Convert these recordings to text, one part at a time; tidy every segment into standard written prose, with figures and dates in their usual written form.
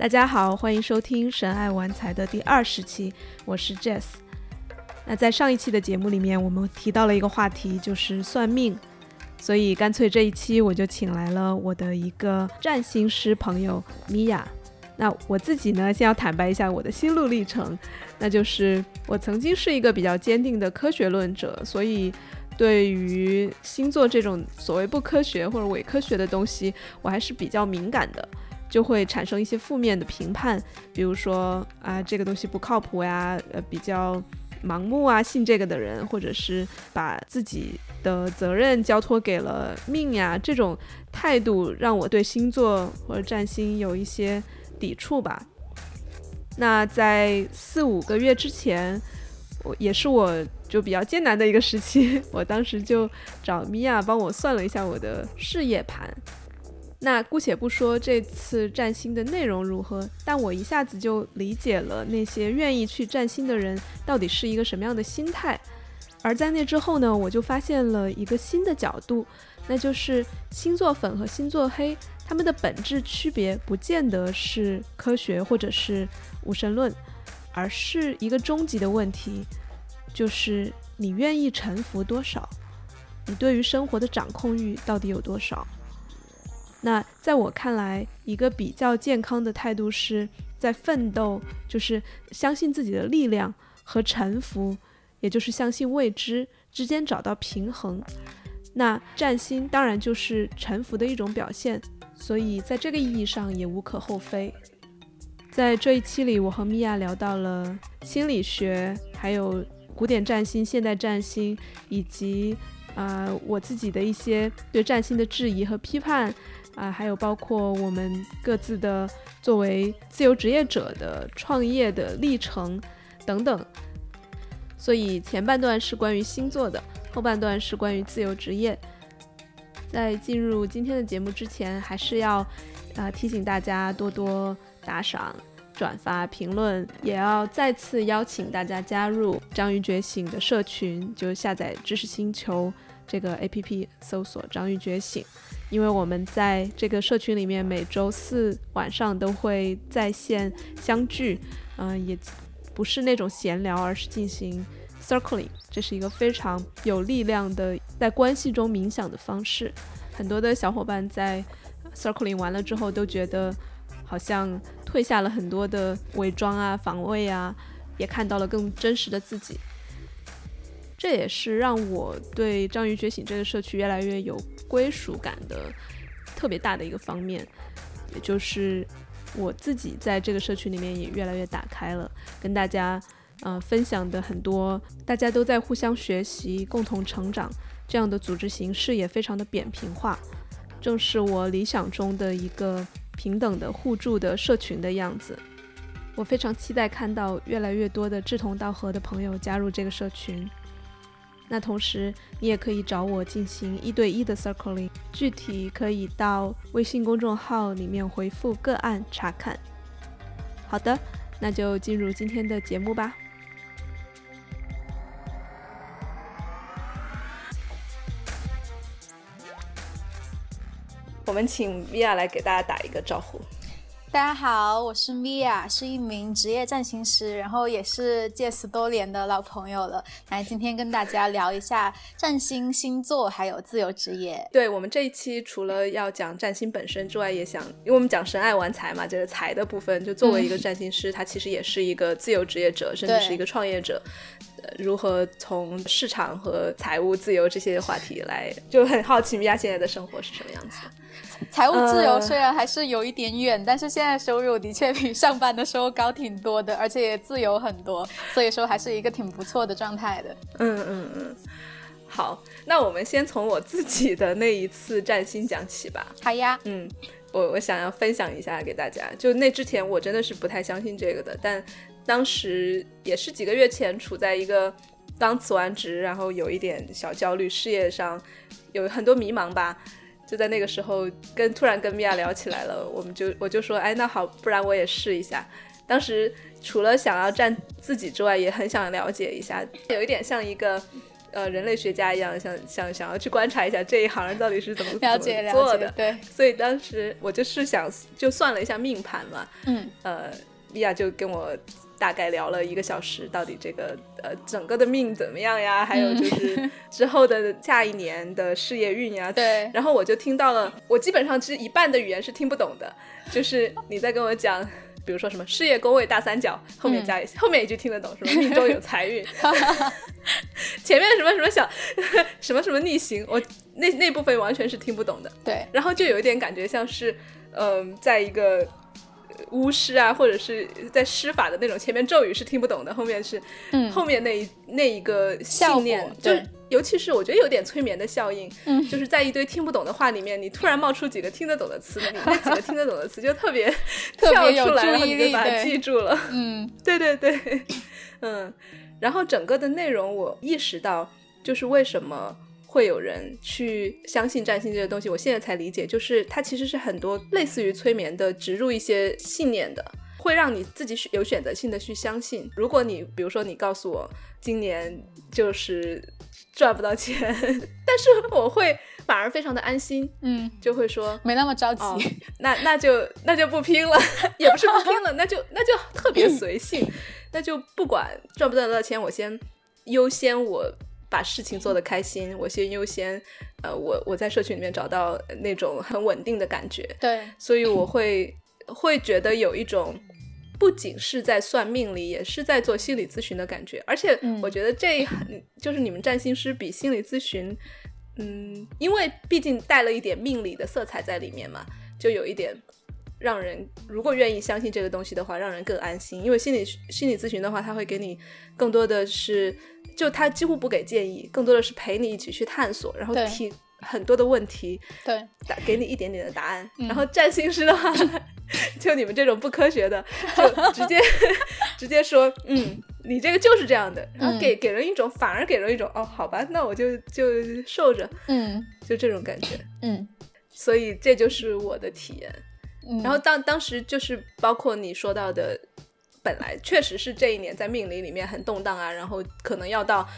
大家好，欢迎收听神爱玩财的第20期，我是 Jess。 那在上一期的节目里面，我们提到了一个话题，就是算命，所以干脆这一期我就请来了我的一个占星师朋友米娅。那我自己呢，先要坦白一下我的心路历程，那就是我曾经是一个比较坚定的科学论者，所以对于星座这种所谓不科学或者伪科学的东西，我还是比较敏感的，就会产生一些负面的评判，比如说这个东西不靠谱呀，比较盲目啊，信这个的人，或者是把自己的责任交托给了命呀，这种态度让我对星座或者占星有一些抵触吧。那在4-5个月之前，也是我就比较艰难的一个时期，我当时就找米娅帮我算了一下我的事业盘。那姑且不说这次占星的内容如何，但我一下子就理解了那些愿意去占星的人到底是一个什么样的心态。而在那之后呢，我就发现了一个新的角度，那就是星座粉和星座黑，他们的本质区别不见得是科学或者是无神论，而是一个终极的问题，就是你愿意臣服多少，你对于生活的掌控欲到底有多少。那在我看来，一个比较健康的态度是在奋斗，就是相信自己的力量，和臣服，也就是相信未知之间找到平衡。那占星当然就是臣服的一种表现，所以在这个意义上也无可厚非。在这一期里，我和米娅聊到了心理学，还有古典占星、现代占星，以及我自己的一些对占星的质疑和批判，还有包括我们各自的作为自由职业者的创业的历程等等。所以前半段是关于星座的，后半段是关于自由职业。在进入今天的节目之前，还是要提醒大家多多打赏、转发、评论，也要再次邀请大家加入章鱼觉醒的社群，就下载知识星球这个 APP， 搜索章鱼觉醒。因为我们在这个社群里面每周4晚上都会在线相聚，也不是那种闲聊，而是进行 circling， 这是一个非常有力量的在关系中冥想的方式。很多的小伙伴在 circling 完了之后都觉得好像褪下了很多的伪装啊、防卫啊，也看到了更真实的自己。这也是让我对章鱼觉醒这个社区越来越有归属感的特别大的一个方面，也就是我自己在这个社区里面也越来越打开了，跟大家分享的很多大家都在互相学习、共同成长这样的组织形式也非常的扁平化，正是我理想中的一个平等的互助的社群的样子。我非常期待看到越来越多的志同道合的朋友加入这个社群。那同时你也可以找我进行1对1的 circling， 具体可以到微信公众号里面回复个案查看。好的，那就进入今天的节目吧。我们请米娅来给大家打一个招呼。 大家好，我是米娅，是一名职业占星师，然后也是Jess多年的老朋友了。来，今天跟大家聊一下占星、星座还有自由职业。 对，我们这一期除了要讲占星本身之外，也想，因为我们讲神爱玩财嘛，这个财的部分，就作为一个占星师，他其实也是一个自由职业者，甚至是一个创业者。如何从市场和财务自由这些话题来，就很好奇米娅现在的生活是什么样子。 财务自由虽然还是有一点远，但是现在收入的确比上班的时候高挺多的，而且也自由很多，所以说还是一个挺不错的状态的。 好，那我们先从我自己的那一次占星讲起吧。 好呀。 我想要分享一下给大家，就那之前我真的是不太相信这个的，但当时也是几个月前，处在一个刚辞完职，然后有一点小焦虑，事业上有很多迷茫吧，就在那个时候突然跟米娅聊起来了，我就说那好，不然我也试一下。当时除了想要占自己之外，也很想了解一下，有一点像一个人类学家一样，想要去观察一下这一行到底是怎么做的。对， 所以当时我就是就算了一下命盘嘛，米娅就跟我大概聊了1个小时，到底这个整个的命怎么样呀，还有就是之后的下一年的事业运呀。 对， 然后我就听到了，我基本上是一半的语言是听不懂的，就是你在跟我讲比如说什么事业宫位大三角，后面后面一句听得懂，什么命中有财运前面什么什么小什么什么逆行，我那部分完全是听不懂的。 对， 然后就有一点感觉像是在一个巫师啊，或者是在施法的那种，前面咒语是听不懂的，后面是后面那一个信念，就尤其是我觉得有点催眠的效应，就是在一堆听不懂的话里面，你突然冒出几个听得懂的词，你那几个听得懂的词就特别跳出来，然后你就把它记住了。对对对，然后整个的内容我意识到，就是为什么会有人去相信占星这个东西，我现在才理解，就是它其实是很多类似于催眠的植入一些信念的，会让你自己有选择性的去相信。如果你比如说你告诉我今年就是赚不到钱，但是我会反而非常的安心，就会说没那么着急， 那就不拼了也不是不拼了，那就特别随性那就不管赚不赚得到钱，我先优先我把事情做得开心，我先优先我在社群里面找到那种很稳定的感觉。 对， 所以我会觉得有一种不仅是在算命里，也是在做心理咨询的感觉。而且我觉得就是你们占星师比心理咨询因为毕竟带了一点命理的色彩在里面嘛，就有一点让人如果愿意相信这个东西的话，让人更安心。因为心理咨询的话，他会给你更多的是，就他几乎不给建议，更多的是陪你一起去探索，然后提很多的问题， 对， 给你一点点的答案。然后占星师的话就你们这种不科学的就直接说你这个就是这样的，然后给人一种反而给人一种好吧，那我就受着，就这种感觉。所以这就是我的体验。然后当时就是包括你说到的，本来确实是这一年在命理里面很动荡啊，然后可能要到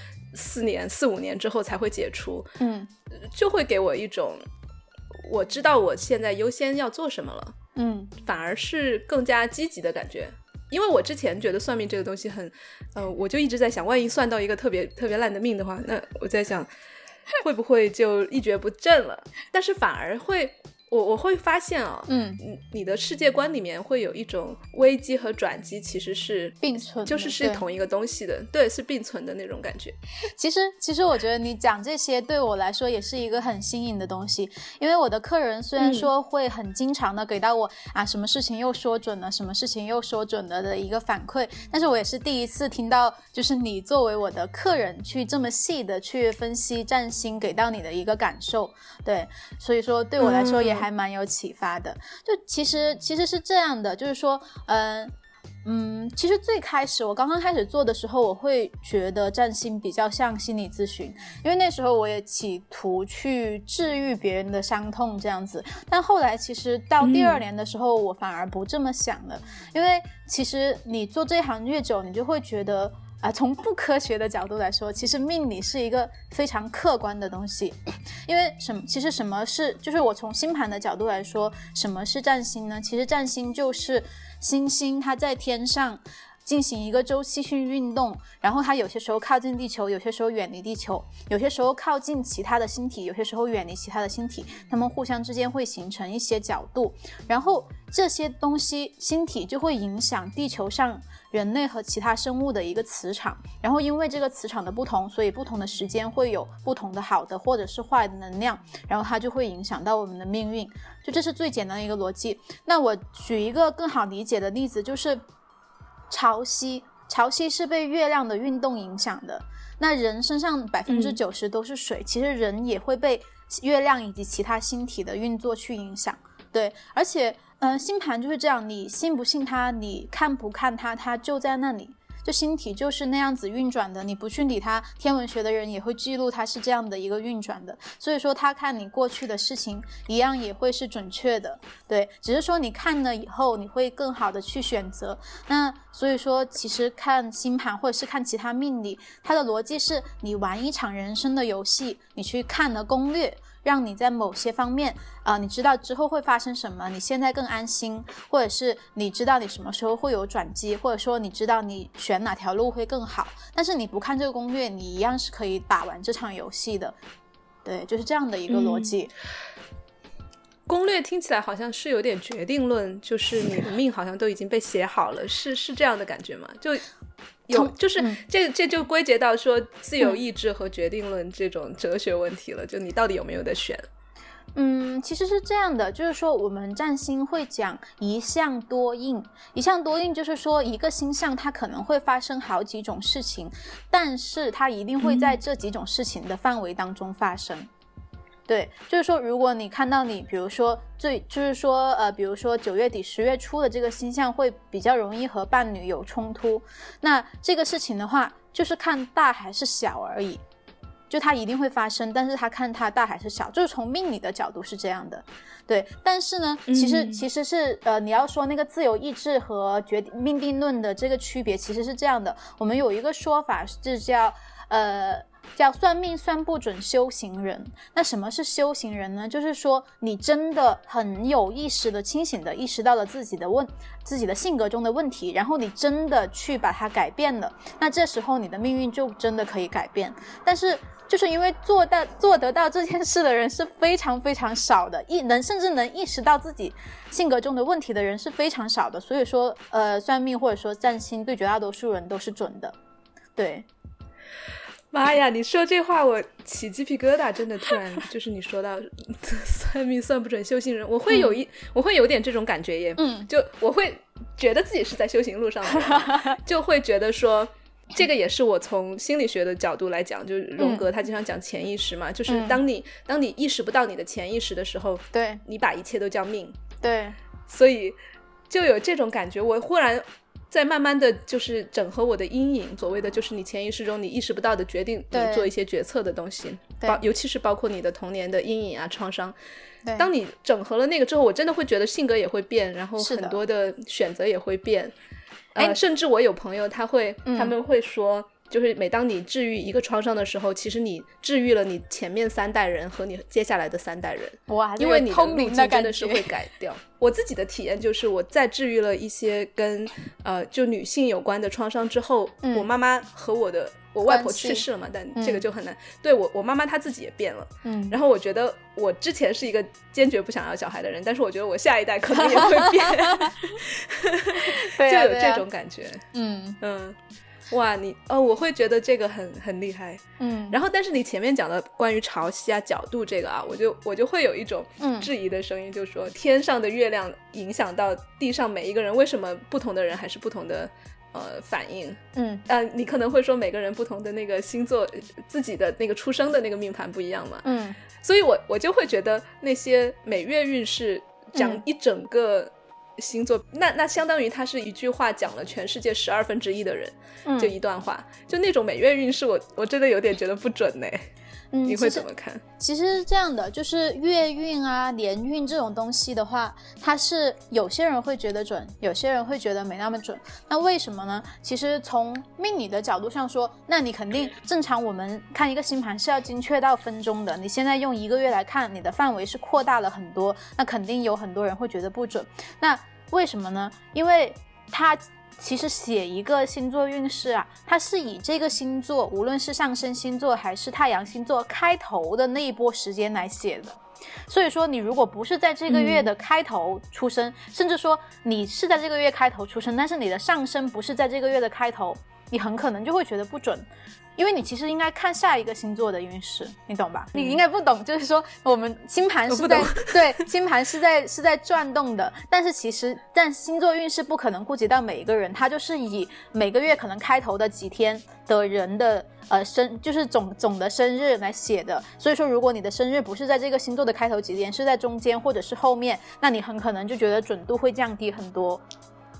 4、5年之后才会解除，就会给我一种我知道我现在优先要做什么了，反而是更加积极的感觉。因为我之前觉得算命这个东西很我就一直在想，万一算到一个特别特别烂的命的话，那我在想会不会就一蹶不振了。但是反而会我会发现你的世界观里面会有一种危机和转机其实是并存的， 就是同一个东西的，对，是并存的那种感觉。 其实我觉得你讲这些对我来说也是一个很新颖的东西，因为我的客人虽然说会很经常的给到我什么事情又说准了，什么事情又说准了的一个反馈，但是我也是第一次听到就是你作为我的客人去这么细的去分析占星给到你的一个感受。对，所以说对我来说也还蛮有启发的。就其实是这样的，就是说其实最开始我刚刚开始做的时候，我会觉得占星比较像心理咨询，因为那时候我也企图去治愈别人的伤痛这样子。但后来其实到第2年的时候，我反而不这么想了，因为其实你做这一行越久，你就会觉得从不科学的角度来说，其实命理是一个非常客观的东西。因为其实什么是，就是我从星盘的角度来说，什么是占星呢？其实占星就是星星它在天上进行一个周期性运动，然后它有些时候靠近地球，有些时候远离地球，有些时候靠近其他的星体，有些时候远离其他的星体，它们互相之间会形成一些角度，然后这些东西星体就会影响地球上人类和其他生物的一个磁场，然后因为这个磁场的不同，所以不同的时间会有不同的好的或者是坏的能量，然后它就会影响到我们的命运。就这是最简单的一个逻辑。那我举一个更好理解的例子，就是潮汐是被月亮的运动影响的，那人身上90%都是水，其实人也会被月亮以及其他星体的运作去影响。对，而且星盘就是这样，你信不信它，你看不看它，它就在那里。 就星体就是那样子运转的，你不去理它，天文学的人也会记录它是这样的一个运转的，所以说他看你过去的事情一样也会是准确的。对，只是说你看了以后你会更好的去选择。那所以说其实看星盘或者是看其他命理，它的逻辑是你玩一场人生的游戏，你去看了攻略，让你在某些方面你知道之后会发生什么，你现在更安心，或者是你知道你什么时候会有转机，或者说你知道你选哪条路会更好。但是你不看这个攻略，你一样是可以打完这场游戏的。对，就是这样的一个逻辑。 攻略听起来好像是有点决定论，就是你的命好像都已经被写好了，是这样的感觉吗？就是这就归结到说自由意志和决定论这种哲学问题了，就你到底有没有得选。 其实是这样的，就是说我们占星会讲一象多应。一象多应就是说一个星象它可能会发生好几种事情，但是它一定会在这几种事情的范围当中发生。对，就是说如果你看到你比如说比如说9月底10月初的这个星象会比较容易和伴侣有冲突，那这个事情的话就是看大还是小而已，就它一定会发生，但是它看它大还是小，就是从命理的角度是这样的。对，但是呢其实是你要说那个自由意志和命定论的这个区别其实是这样的。我们有一个说法是叫算命算不准修行人。那什么是修行人呢？就是说你真的很有意识的清醒的意识到了自己的性格中的问题，然后你真的去把它改变了，那这时候你的命运就真的可以改变。但是就是因为做得到这件事的人是非常非常少的，甚至能意识到自己性格中的问题的人是非常少的，所以说算命或者说占星对绝大多数人都是准的。对， 妈呀，你说这话我起鸡皮疙瘩，真的突然就是你说到算命算不准修行人，我会有点这种感觉耶。就我会觉得自己是在修行路上的人就会觉得说这个也是我从心理学的角度来讲，就是荣格他经常讲潜意识嘛，就是当你意识不到你的潜意识的时候， 对， 你把一切都叫命。 对， 所以就有这种感觉，我忽然在慢慢的就是整合我的阴影，所谓的就是你潜意识中你意识不到的决定你做一些决策的东西，尤其是包括你的童年的阴影啊创伤。当你整合了那个之后，我真的会觉得性格也会变，然后很多的选择也会变。甚至我有朋友他们会说，就是每当你治愈一个创伤的时候，其实你治愈了你前面3代人和你接下来的3代人。 哇， 因为你的路径真的是会改掉。我自己的体验就是我在治愈了一些跟就女性有关的创伤之后，我妈妈和我外婆去世了嘛，但这个就很难。对，我妈妈她自己也变了。然后我觉得我之前是一个坚决不想要小孩的人，但是我觉得我下一代可能也会变就有这种感觉。哇，我会觉得这个很厉害。然后但是你前面讲的关于潮汐啊角度这个啊，我就会有一种质疑的声音，就是说天上的月亮影响到地上每一个人，为什么不同的人还是不同的反应？你可能会说每个人不同的那个星座自己的那个出生的那个命盘不一样嘛。所以我就会觉得那些每月运势讲一整个星座，那相当于他是一句话讲了全世界1/12的人，就一段话，就那种每月运势我真的有点觉得不准呢。你会怎么看？ 其实是这样的，就是月运啊年运这种东西的话，它是有些人会觉得准，有些人会觉得没那么准。那为什么呢？其实从命理的角度上说，那你肯定正常我们看一个星盘是要精确到分钟的，你现在用1个月来看，你的范围是扩大了很多，那肯定有很多人会觉得不准。那为什么呢？因为它其实写一个星座运势啊，它是以这个星座无论是上升星座还是太阳星座开头的那一波时间来写的。所以说你如果不是在这个月的开头出生，甚至说你是在这个月开头出生，但是你的上升不是在这个月的开头，你很可能就会觉得不准。因为你其实应该看下一个星座的运势，你懂吧？你应该不懂，就是说我们星盘是在对星盘是在转动的，但星座运势不可能顾及到每一个人，它就是以每个月可能开头的几天的人的就是总的生日来写的。所以说如果你的生日不是在这个星座的开头几天，是在中间或者是后面，那你很可能就觉得准度会降低很多。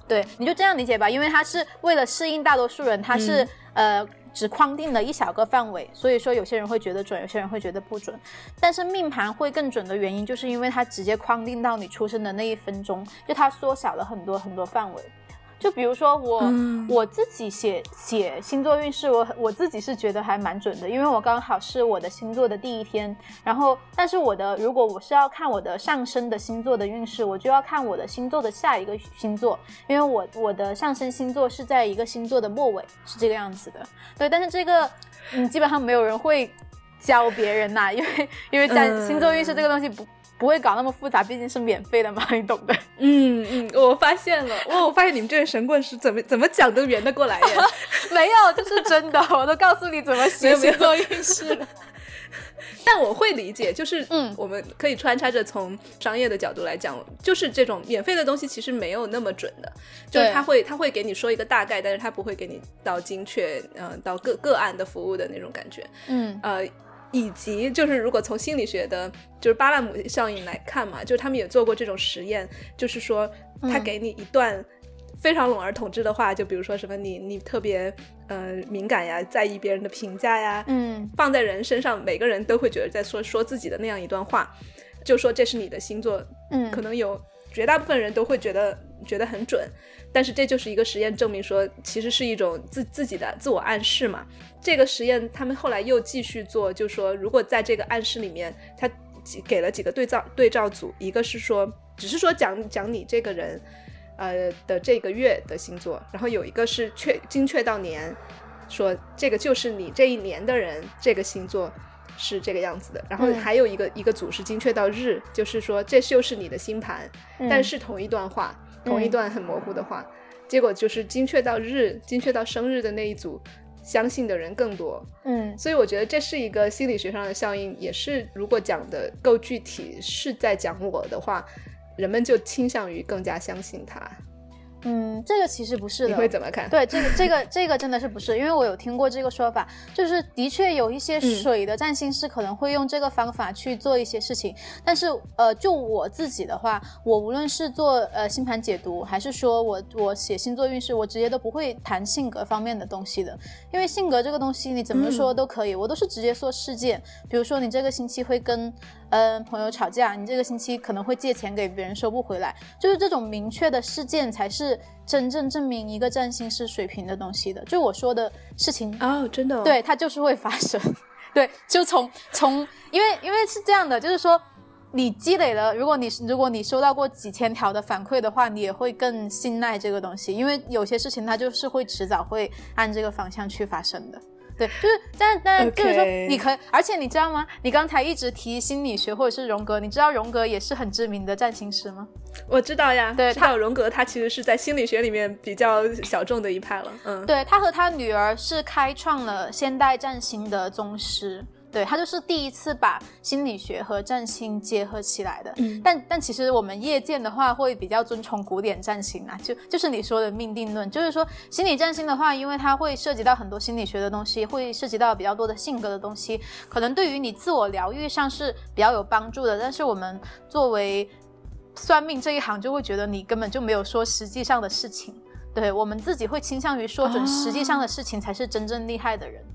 对，你就这样理解吧，因为它是为了适应大多数人，它是只框定了一小个范围，所以说有些人会觉得准，有些人会觉得不准。但是命盘会更准的原因，就是因为它直接框定到你出生的那1分钟，就它缩小了很多很多范围。就比如说我自己写星座运势，我自己是觉得还蛮准的，因为我刚好是我的星座的第一天，然后但是如果我是要看我的上升的星座的运势，我就要看我的星座的下一个星座，因为我的上升星座是在一个星座的末尾，是这个样子的。对，但是这个基本上没有人会教别人呐，因为在星座运势这个东西不会搞那么复杂，毕竟是免费的嘛，你懂的。 我发现了，我发现你们这些神棍是怎么讲都圆得过来耶。 没有，这是真的，我都告诉你怎么写星座运势了。 但我会理解，就是我们可以穿插着从商业的角度来讲，就是这种免费的东西其实没有那么准的，就是他会给你说一个大概，但是他不会给你到精确到个案的服务的那种感觉。以及就是如果从心理学的就是巴纳姆效应来看嘛，就是他们也做过这种实验，就是说他给你一段非常笼而统之的话，就比如说什么你特别敏感呀，在意别人的评价呀，放在人身上每个人都会觉得在说自己的那样一段话，就说这是你的星座，可能有绝大部分人都会觉得很准，但是这就是一个实验证明说其实是一种自己的自我暗示嘛。这个实验他们后来又继续做，就说如果在这个暗示里面他给了几个对照组，一个是说只是说讲你这个人的这个月的星座，然后有一个是精确到年，说这个就是你这一年的人这个星座是这个样子的，然后还有一个组是精确到日，就是说这就是你的星盘，但是同一段话，同一段很模糊的话，结果就是精确到日，精确到生日的那一组相信的人更多。所以我觉得这是一个心理学上的效应，也是如果讲的够具体是在讲我的话，人们就倾向于更加相信它。 这个其实不是的。 你会怎么看？ 对，这个真的是不是，因为我有听过这个说法，就是的确有一些水的占星师可能会用这个方法去做一些事情，但是就我自己的话，我无论是做星盘解读，还是说我写星座运势，我直接都不会谈性格方面的东西的，因为性格这个东西你怎么说都可以，我都是直接说事件，比如说你这个星期会跟朋友吵架，你这个星期可能会借钱给别人收不回来，就是这种明确的事件才是真正证明一个占星师水平的东西的。就我说的事情真的对，它就是会发生。对，就从因为是这样的，就是说你积累了，如果你收到过几千条的反馈的话，你也会更信赖这个东西，因为有些事情它就是会迟早会按这个方向去发生的。对，就是但就是说你可以，而且你知道吗？你刚才一直提心理学或者是荣格，你知道荣格也是很知名的占星师吗？ 我知道呀， 对， 知道荣格他其实是在心理学里面比较小众的一派了。 对，他和他女儿是开创了现代占星的宗师。对，他就是第一次把心理学和占星结合起来的。但其实我们业界的话会比较尊崇古典占星啊，就是你说的命定论，就是说心理占星的话，因为它会涉及到很多心理学的东西，会涉及到比较多的性格的东西，可能对于你自我疗愈上是比较有帮助的，但是我们作为算命这一行就会觉得你根本就没有说实际上的事情。对，我们自己会倾向于说准实际上的事情才是真正厉害的人。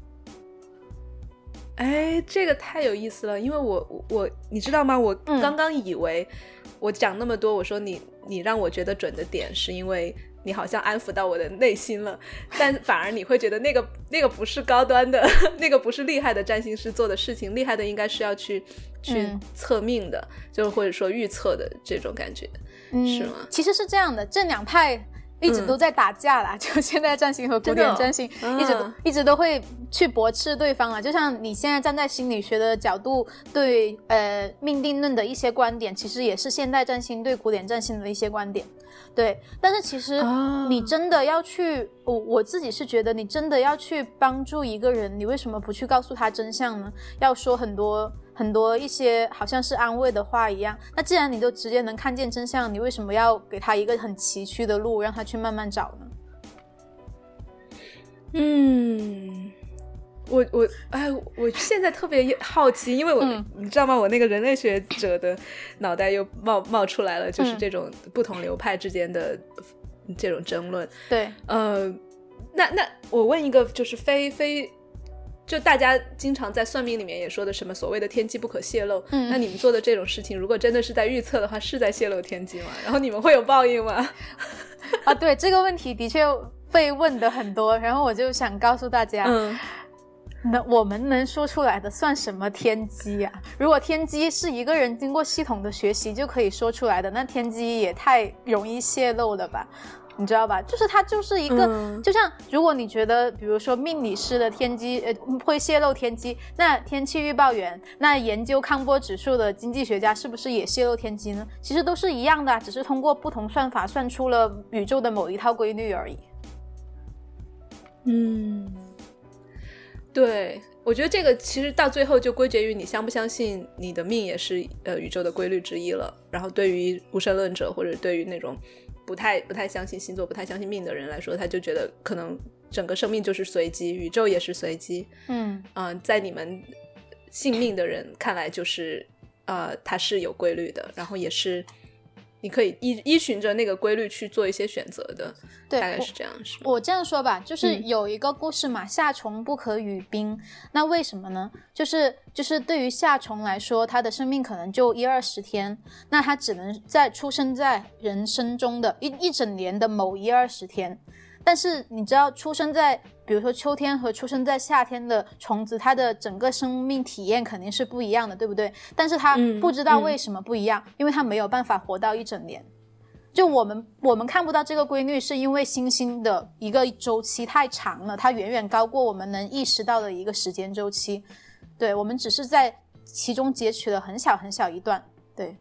这个太有意思了，因为我你知道吗？我刚刚以为我讲那么多，我说你让我觉得准的点是因为你好像安抚到我的内心了，但反而你会觉得那个不是高端的，那个不是厉害的占星师做的事情，厉害的应该是要去测命的，就或者说预测的这种感觉，是吗？ 其实是这样的，这两派一直都在打架啦，就现代占星和古典占星一直都会去驳斥对方啦。就像你现在站在心理学的角度对命定论的一些观点，其实也是现代占星对古典占星的一些观点。对，但是其实你真的要去我自己是觉得你真的要去帮助一个人，你为什么不去告诉他真相呢？要说很多一些好像是安慰的话一样，那既然你都直接能看见真相，你为什么要给他一个很崎岖的路让他去慢慢找呢？ 我现在特别好奇，因为你知道吗？我那个人类学者的脑袋又冒出来了，就是这种不同流派之间的这种争论。 对， 那我问一个，就是就大家经常在算命里面也说的什么所谓的天机不可泄露，那你们做的这种事情如果真的是在预测的话，是在泄露天机吗？然后你们会有报应吗？ 啊，对，这个问题的确被问的很多，然后我就想告诉大家，那我们能说出来的算什么天机啊？如果天机是一个人经过系统的学习就可以说出来的，那天机也太容易泄露了吧，你知道吧？就是它就是一个，就像如果你觉得比如说命理师的天机会泄露天机，那天气预报员，那研究康波指数的经济学家是不是也泄露天机呢？其实都是一样的，只是通过不同算法算出了宇宙的某一套规律而已。 对，我觉得这个其实到最后就归结于你相不相信你的命也是宇宙的规律之一了。然后对于无神论者或者对于那种不太相信星座不太相信命的人来说，他就觉得可能整个生命就是随机，宇宙也是随机。在你们信命的人看来就是它是有规律的，然后也是你可以依循着那个规律去做一些选择的。 对， 大概是这样，是吗？ 我这样说吧，就是有一个故事嘛，夏虫不可语冰。那为什么呢？就是对于夏虫来说，它的生命可能就10-20天，那它只能出生在人生中的一整年的某10-20天。但是你知道出生在比如说秋天和出生在夏天的虫子，它的整个生命体验肯定是不一样的，对不对？但是它不知道为什么不一样，因为它没有办法活到一整年。就我们看不到这个规律，是因为星星的一个周期太长了，它远远高过我们能意识到的一个时间周期。对，我们只是在其中截取了很小很小一段。对，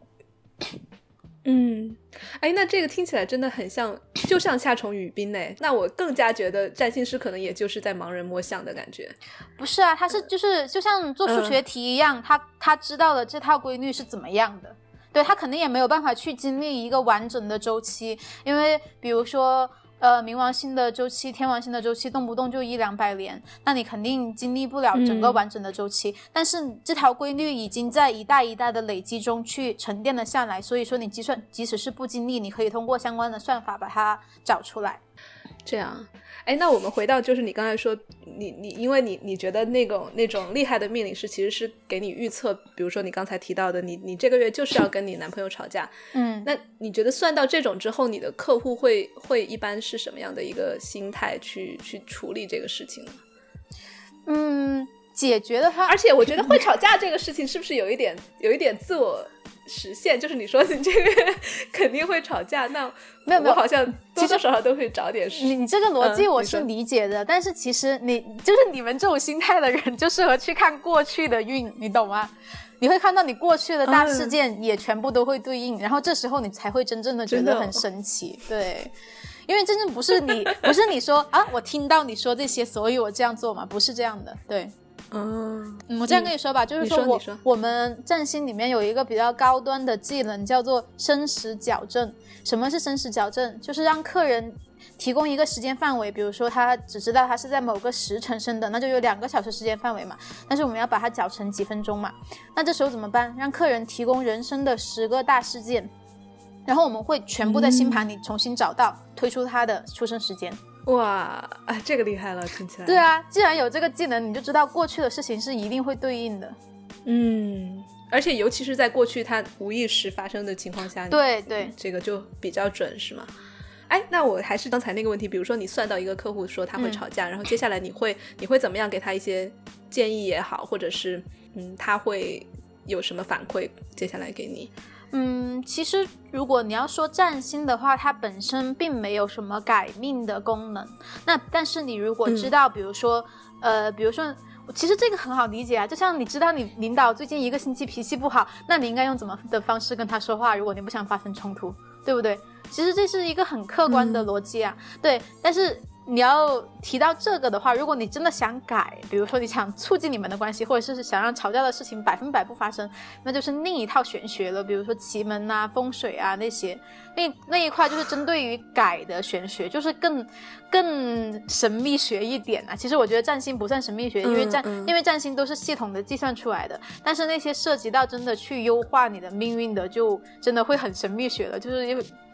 那这个听起来真的很像，就像夏虫语冰呢。那我更加觉得占星师可能也就是在盲人摸象的感觉。 不是啊，他是就像做数学题一样，他知道了这套规律是怎么样的。对，他肯定也没有办法去经历一个完整的周期，因为比如说冥王星的周期、天王星的周期动不动就100-200年，那你肯定经历不了整个完整的周期。但是这条规律已经在一代一代的累积中去沉淀了下来，所以说你即使是不经历，你可以通过相关的算法把它找出来。 这样，那我们回到就是你刚才说你因为你觉得那种厉害的命理师其实是给你预测，比如说你刚才提到的你这个月就是要跟你男朋友吵架，那你觉得算到这种之后，你的客户会一般是什么样的一个心态去处理这个事情呢？ 解决的话， 而且我觉得会吵架这个事情是不是有一点自我实现，就是你说你这个肯定会吵架，那没有，我好像多多少少都会找点事。 你这个逻辑我是理解的，但是其实你们这种心态的人就适合去看过去的运，你懂吗？你会看到你过去的大事件也全部都会对应，然后这时候你才会真正的觉得很神奇。对，因为真正不是你说啊，我听到你说这些所以我这样做嘛，不是这样的。对，我这样跟你说吧，就是说我们占星里面有一个比较高端的技能叫做生时矫正。什么是生时矫正？就是让客人提供一个时间范围，比如说他只知道他是在某个时辰生的，那就有2个小时时间范围嘛，但是我们要把它矫成几分钟嘛。那这时候怎么办？让客人提供人生的10个大事件，然后我们会全部在星盘里重新找到，推出他的出生时间。 哇，这个厉害了，听起来。 对啊，既然有这个技能，你就知道过去的事情是一定会对应的。 而且尤其是在过去它无意识发生的情况下， 对， 这个就比较准，是吗？那我还是刚才那个问题，比如说你算到一个客户说他会吵架，然后接下来你会怎么样给他一些建议也好，或者是他会有什么反馈接下来给你？ 其实如果你要说占星的话，它本身并没有什么改命的功能。那但是你如果知道，比如说其实这个很好理解啊，就像你知道你领导最近1个星期脾气不好，那你应该用怎么的方式跟他说话，如果你不想发生冲突，对不对？其实这是一个很客观的逻辑啊。对，但是你要提到这个的话，如果你真的想改，比如说你想促进你们的关系，或者是想让吵架的事情100%不发生，那就是另一套玄学了，比如说奇门啊、风水啊那些，那一块就是针对于改的玄学，就是更神秘学一点啊。其实我觉得占星不算神秘学，因为占星都是系统的计算出来的，但是那些涉及到真的去优化你的命运的，就真的会很神秘学了，就是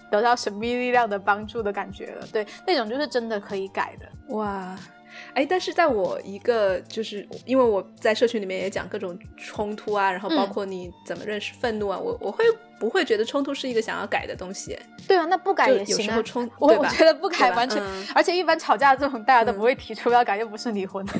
得到神秘力量的帮助的感觉了。对，那种就是真的可以改的。 哇，但是在我一个就是因为我在社群里面也讲各种冲突啊，然后包括你怎么认识愤怒啊，我会不会觉得冲突是一个想要改的东西？ 对啊，那不改也行啊。 有时候冲， 我觉得不改完全，而且一般吵架这种大家都不会提出要改，又不是离婚。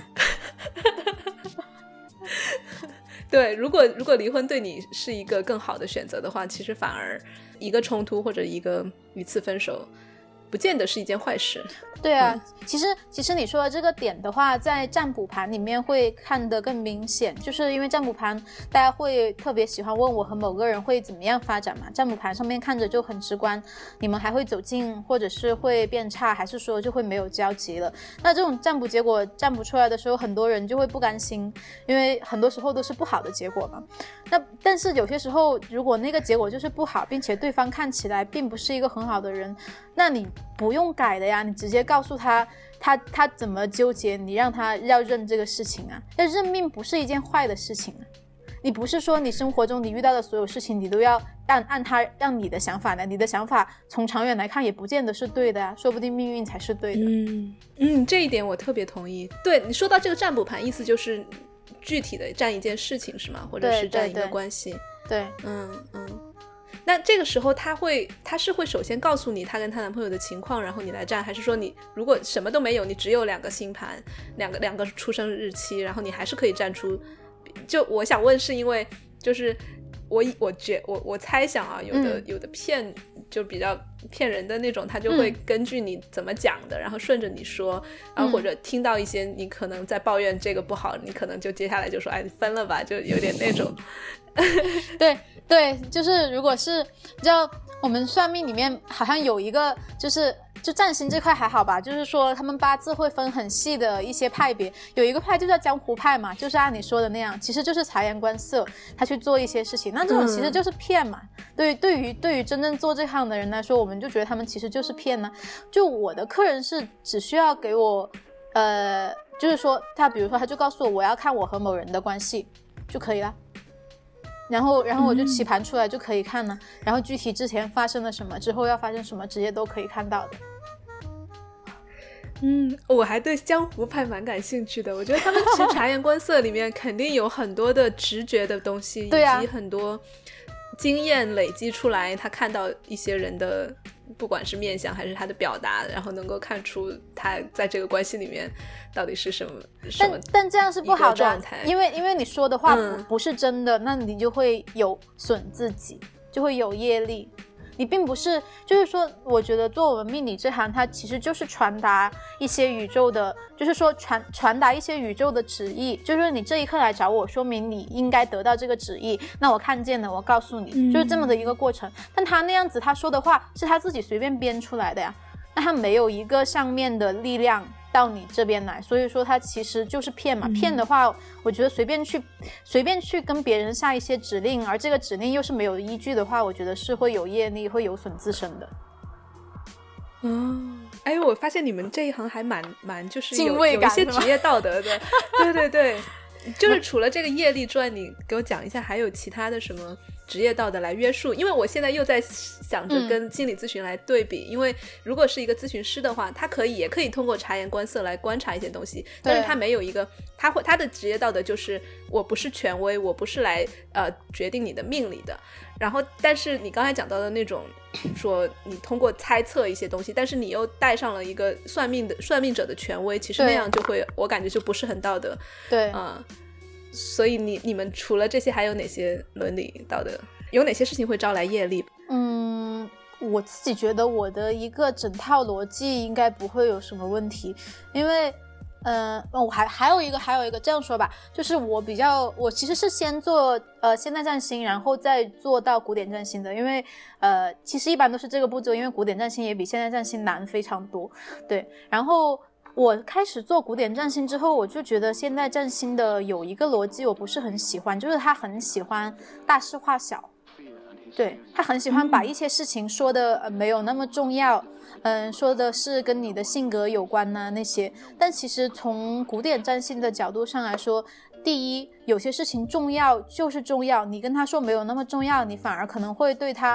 对，如果离婚对你是一个更好的选择的话，其实反而一个冲突或者一次分手不见得是一件坏事。 对啊，其实你说的这个点的话，在占卜盘里面会看得更明显，就是因为占卜盘大家会特别喜欢问我和某个人会怎么样发展嘛，占卜盘上面看着就很直观，你们还会走近，或者是会变差，还是说就会没有交集了。那这种占卜结果占卜出来的时候，很多人就会不甘心，因为很多时候都是不好的结果嘛。但是有些时候如果那个结果就是不好，并且对方看起来并不是一个很好的人，那你不用改的呀，你直接告诉他怎么纠结，你让他要认这个事情啊。但认命不是一件坏的事情啊，你不是说你生活中你遇到的所有事情你都要按他让你的想法呢，你的想法从长远来看也不见得是对的呀，说不定命运才是对的。 这一点我特别同意。对，你说到这个占卜盘，意思就是具体的占一件事情是吗？或者是占一个关系？ 对， 那这个时候他是会首先告诉你她跟她男朋友的情况，然后你来占，还是说你如果什么都没有，你只有2个星盘，两个出生日期，然后你还是可以占出？就我想问，是因为就是我猜想啊，有的骗就比较骗人的那种，他就会根据你怎么讲的，然后顺着你说，然后或者听到一些你可能在抱怨这个不好，你可能就接下来就说哎分了吧，就有点那种。 对，就是如果是你知道我们算命里面好像有一个就占星这块还好吧，就是说他们八字会分很细的一些派别，有一个派就叫江湖派嘛，就是按你说的那样，其实就是察言观色，他去做一些事情，那这种其实就是骗嘛。对于真正做这行的人来说，我们就觉得他们其实就是骗呢。就我的客人是只需要给我就是说他比如说他就告诉我要看我和某人的关系就可以了，然后我就起盘出来就可以看了，然后具体之前发生了什么，之后要发生什么，直接都可以看到的。 我还对江湖派蛮感兴趣的，我觉得他们其实察言观色里面肯定有很多的直觉的东西， 对啊， 以及很多经验累积出来，他看到一些人的不管是面相还是他的表达，然后能够看出他在这个关系里面到底是什么但这样是不好的，因为你说的话不是真的，那你就会有损自己，就会有业力。你并不是就是说我觉得做我们命理这行它其实就是传达一些宇宙的，就是说传达一些宇宙的旨意，就是你这一刻来找我说明你应该得到这个旨意，那我看见了我告诉你，就是这么的一个过程。但他那样子他说的话是他自己随便编出来的呀，那他没有一个上面的力量到你这边来，所以说他其实就是骗嘛。骗的话我觉得随便去跟别人下一些指令，而这个指令又是没有依据的话，我觉得是会有业力，会有损自身的。 我发现你们这一行还蛮就是敬畏感， 有一些职业道德的。对，就是除了这个业力之外，你给我讲一下还有其他的什么职业道德来约束？因为我现在又在想着跟心理咨询来对比，因为如果是一个咨询师的话，他也可以通过察言观色来观察一些东西，但是他没有一个他的职业道德就是我不是权威，我不是来决定你的命理的。然后但是你刚才讲到的那种说你通过猜测一些东西，但是你又带上了一个算命者的权威，其实那样就会我感觉就不是很道德。 对所以你们除了这些还有哪些伦理道德，有哪些事情会招来业力？ 我自己觉得我的一个整套逻辑应该不会有什么问题，因为我还有一个这样说吧，就是我其实是先做现代占星，然后再做到古典占星的，因为其实一般都是这个步骤，因为古典占星也比现代占星难非常多。对，然后我开始做古典占星之后，我就觉得现代占星的有一个逻辑我不是很喜欢，就是他很喜欢大事化小。对，他很喜欢把一些事情说的没有那么重要，说的是跟你的性格有关呐那些。但其实从古典占星的角度上来说，第一，有些事情重要就是重要，你跟他说没有那么重要，你反而可能会对他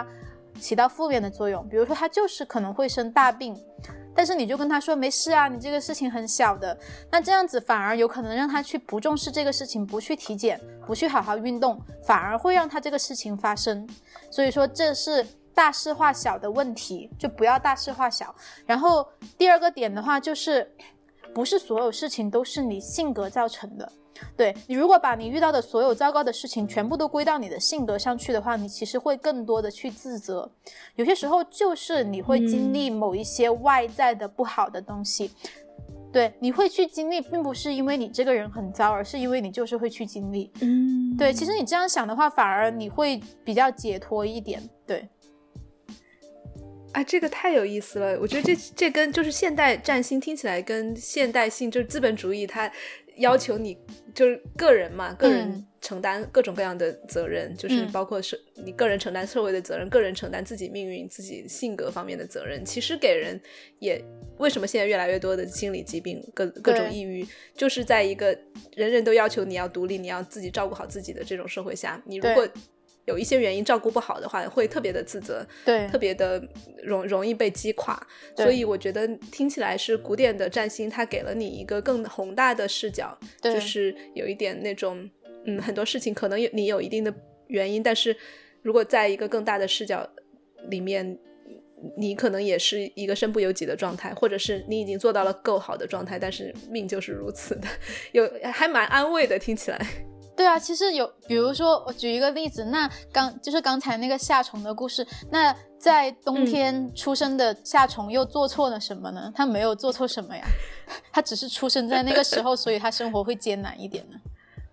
起到负面的作用，比如说他就是可能会生大病，但是你就跟他说没事啊，你这个事情很小的，那这样子反而有可能让他去不重视这个事情，不去体检，不去好好运动，反而会让他这个事情发生。所以说这是大事化小的问题，就不要大事化小。然后第二个点的话，就是不是所有事情都是你性格造成的。对，你如果把你遇到的所有糟糕的事情全部都归到你的性格上去的话，你其实会更多的去自责。有些时候就是你会经历某一些外在的不好的东西，对，你会去经历，并不是因为你这个人很糟，而是因为你就是会去经历。对，其实你这样想的话，反而你会比较解脱一点。对。 啊，这个太有意思了！我觉得这跟就是现代占星听起来跟现代性就是资本主义，它要求你就是个人嘛，个人承担各种各样的责任，就是包括你个人承担社会的责任，个人承担自己命运、自己性格方面的责任。其实给人也为什么现在越来越多的心理疾病、各种抑郁，就是在一个人人都要求你要独立、你要自己照顾好自己的这种社会下，你如果有一些原因照顾不好的话，会特别的自责，对，特别的容易被击垮。所以我觉得听起来是古典的占星，它给了你一个更宏大的视角，就是有一点那种很多事情可能你有一定的原因，但是如果在一个更大的视角里面，你可能也是一个身不由己的状态，或者是你已经做到了够好的状态，但是命就是如此的，还蛮安慰的听起来。 对啊，其实有，比如说我举一个例子，那就是刚才那个夏虫的故事，那在冬天出生的夏虫又做错了什么呢？他没有做错什么呀，他只是出生在那个时候，所以他生活会艰难一点呢。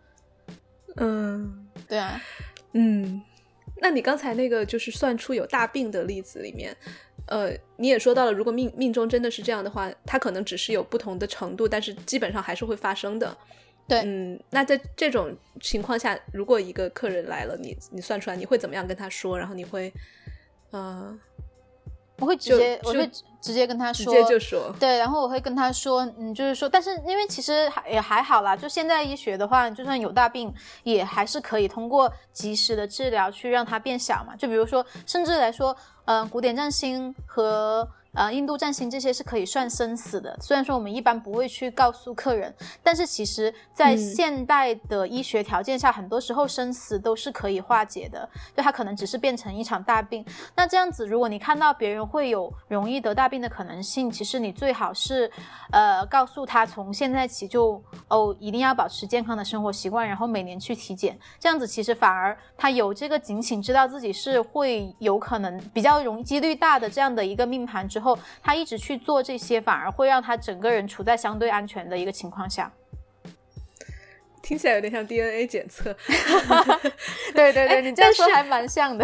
对啊。 那你刚才那个就是算出有大病的例子里面，你也说到了，如果命中真的是这样的话，它可能只是有不同的程度，但是基本上还是会发生的。 对， 那在这种情况下，如果一个客人来了，你算出来，你会怎么样跟他说？然后你会， 我会直接跟他说， 直接就说， 对，然后我会跟他说，就是说，但是因为其实也还好啦，就现代医学的话，就算有大病，也还是可以通过及时的治疗去让它变小嘛。就比如说，甚至来说，古典占星和印度占星这些是可以算生死的，虽然说我们一般不会去告诉客人，但是其实在现代的医学条件下，很多时候生死都是可以化解的，就它可能只是变成一场大病。那这样子如果你看到别人会有容易得大病的可能性，其实你最好是告诉他从现在起就一定要保持健康的生活习惯，然后每年去体检，这样子其实反而他有这个警醒，知道自己是会有可能比较容易几率大的这样的一个命盘之后，他一直去做这些，反而会让他整个人处在相对安全的一个情况下。 听起来有点像 DNA 检测。 对对对，你这样说还蛮像的。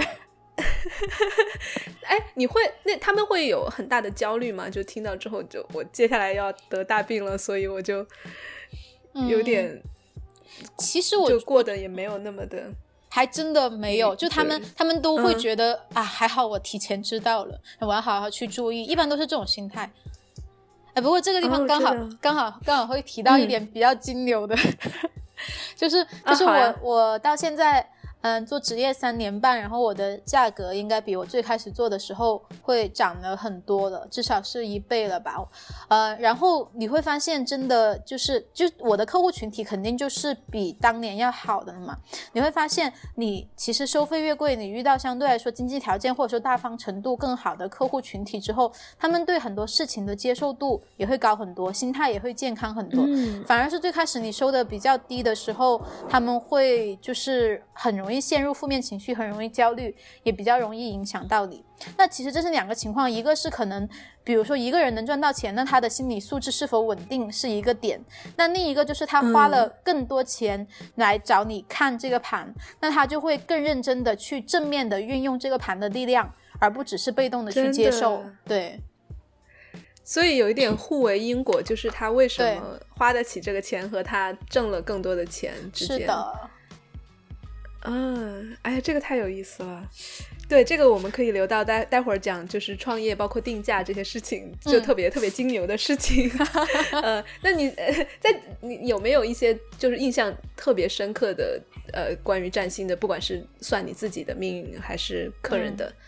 他们会有很大的焦虑吗？就听到之后就我接下来要得大病了，所以我就有点其实我就过得也没有那么的， 还真的没有，就他们都会觉得还好我提前知道了，我要好好去注意，一般都是这种心态。不过这个地方刚好会提到一点比较金牛的。就是我到现在做职业3年半，然后我的价格应该比我最开始做的时候会涨了很多了，至少是1倍了吧。然后你会发现真的就我的客户群体肯定就是比当年要好的嘛。你会发现你其实收费越贵，你遇到相对来说经济条件或者说大方程度更好的客户群体之后，他们对很多事情的接受度也会高很多，心态也会健康很多。反而是最开始你收的比较低的时候，他们会就是很容易陷入负面情绪，很容易焦虑，也比较容易影响到你。那其实这是2个情况，一个是可能比如说一个人能赚到钱，那他的心理素质是否稳定是一个点，那另一个就是他花了更多钱来找你看这个盘，那他就会更认真的去正面的运用这个盘的力量，而不只是被动的去接受。对， 所以有一点互为因果，就是他为什么花得起这个钱和他挣了更多的钱之间。 是的。 哎呀，这个太有意思了。对，这个我们可以留到待会儿讲，就是创业包括定价这些事情，就特别特别金牛的事情。那你有没有一些就是印象特别深刻的关于占星的，不管是算你自己的命运还是客人的，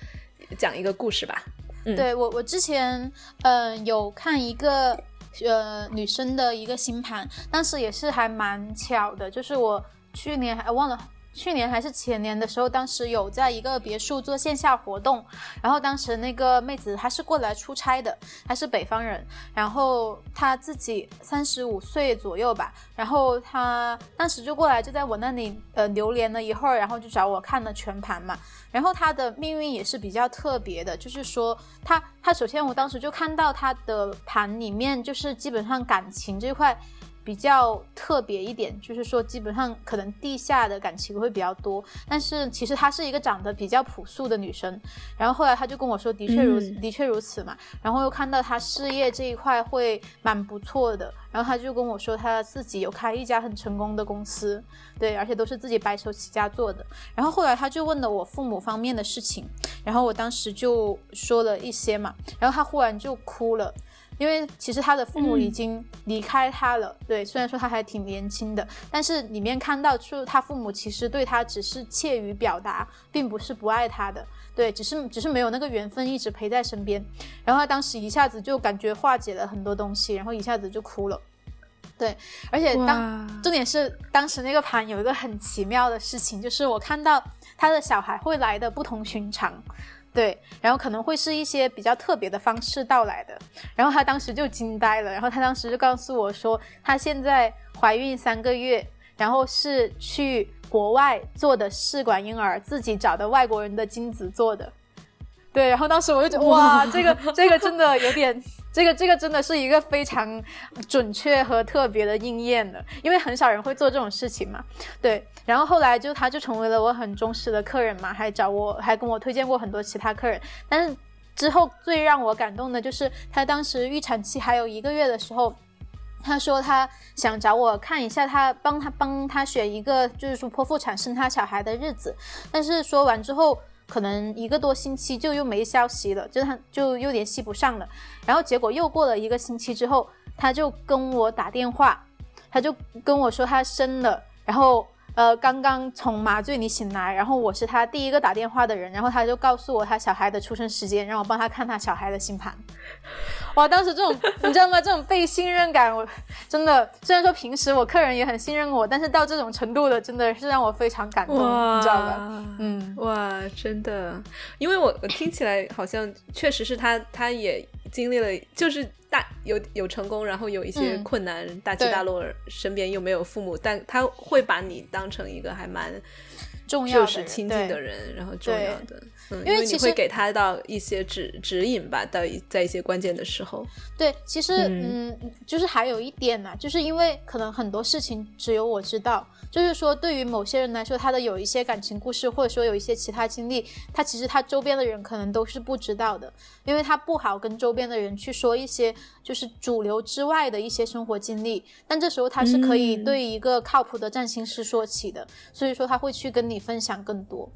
讲一个故事吧。 对，我之前有看一个女生的一个星盘，当时也是还蛮巧的，就是我去年还忘了去年还是前年的时候，当时有在一个别墅做线下活动，然后当时那个妹子她是过来出差的，她是北方人，然后她自己35岁左右吧，然后她当时就过来就在我那里流连了一会儿，然后就找我看了全盘嘛。然后她的命运也是比较特别的，就是说她首先我当时就看到她的盘里面就是基本上感情这块比较特别一点，就是说基本上可能地下的感情会比较多，但是其实她是一个长得比较朴素的女生。然后后来她就跟我说的确如此嘛，然后又看到她事业这一块会蛮不错的，然后她就跟我说她自己有开一家很成功的公司，对，而且都是自己白手起家做的。然后后来她就问了我父母方面的事情，然后我当时就说了一些嘛，然后她忽然就哭了，因为其实他的父母已经离开他了，对，虽然说他还挺年轻的，但是里面看到就是他父母其实对他只是怯于表达，并不是不爱他的，对，只是没有那个缘分一直陪在身边。然后他当时一下子就感觉化解了很多东西，然后一下子就哭了。对，而且重点是当时那个盘有一个很奇妙的事情，就是我看到他的小孩会来的不同寻常，对，然后可能会是一些比较特别的方式到来的，然后他当时就惊呆了，然后他当时就告诉我说他现在怀孕3个月，然后是去国外做的试管婴儿，自己找的外国人的精子做的。对，然后当时我就觉得哇，这个真的有点，这个真的是一个非常准确和特别的应验的，因为很少人会做这种事情嘛。对，然后后来他就成为了我很忠实的客人嘛，还跟我推荐过很多其他客人。但是之后最让我感动的就是他当时预产期还有1个月的时候，他说他想找我看一下，他帮他选一个就是说剖腹产生他小孩的日子，但是说完之后可能1个多星期就又没消息了，就是他就又联系不上了。然后结果又过了1个星期之后，他就跟我打电话，他就跟我说他生了，然后刚刚从麻醉里醒来，然后我是他第一个打电话的人，然后他就告诉我他小孩的出生时间，让我帮他看他小孩的星盘。哇，当时这种你知道吗，这种被信任感，我真的虽然说平时我客人也很信任我，但是到这种程度的真的是让我非常感动，你知道吧？ 哇，真的，因为我听起来好像确实是他也经历了，就是有成功，然后有一些困難，大起大落，身边又没有父母，但他会把你当成一个还蛮重要的就是亲近的人，然后重要的， 因为你会给他到一些指引吧，在一些关键的时候。 对，其实就是还有一点呢，就是因为可能很多事情只有我知道，就是说对于某些人来说，他的有一些感情故事，或者说有一些其他经历，其实他周边的人可能都是不知道的，因为他不好跟周边的人去说一些就是主流之外的一些生活经历，但这时候他是可以对一个靠谱的占星师说起的，所以说他会去跟你分享更多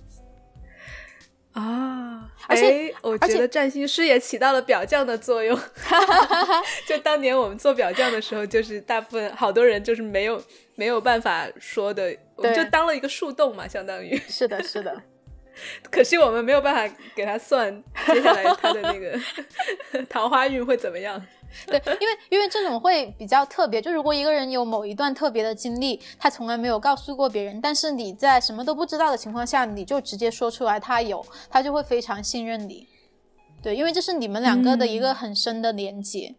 啊。而且我觉得占星师也起到了表匠的作用就当年我们做表匠的时候，就是大部分好多人就是没有办法说的，我们就当了一个树洞嘛，相当于是的可惜我们没有办法给他算接下来他的那个桃花运会怎么样。 对，因为这种会比较特别，就如果一个人有某一段特别的经历，他从来没有告诉过别人，但是你在什么都不知道的情况下，你就直接说出来他就会非常信任你。对，因为这是你们两个的一个很深的连接。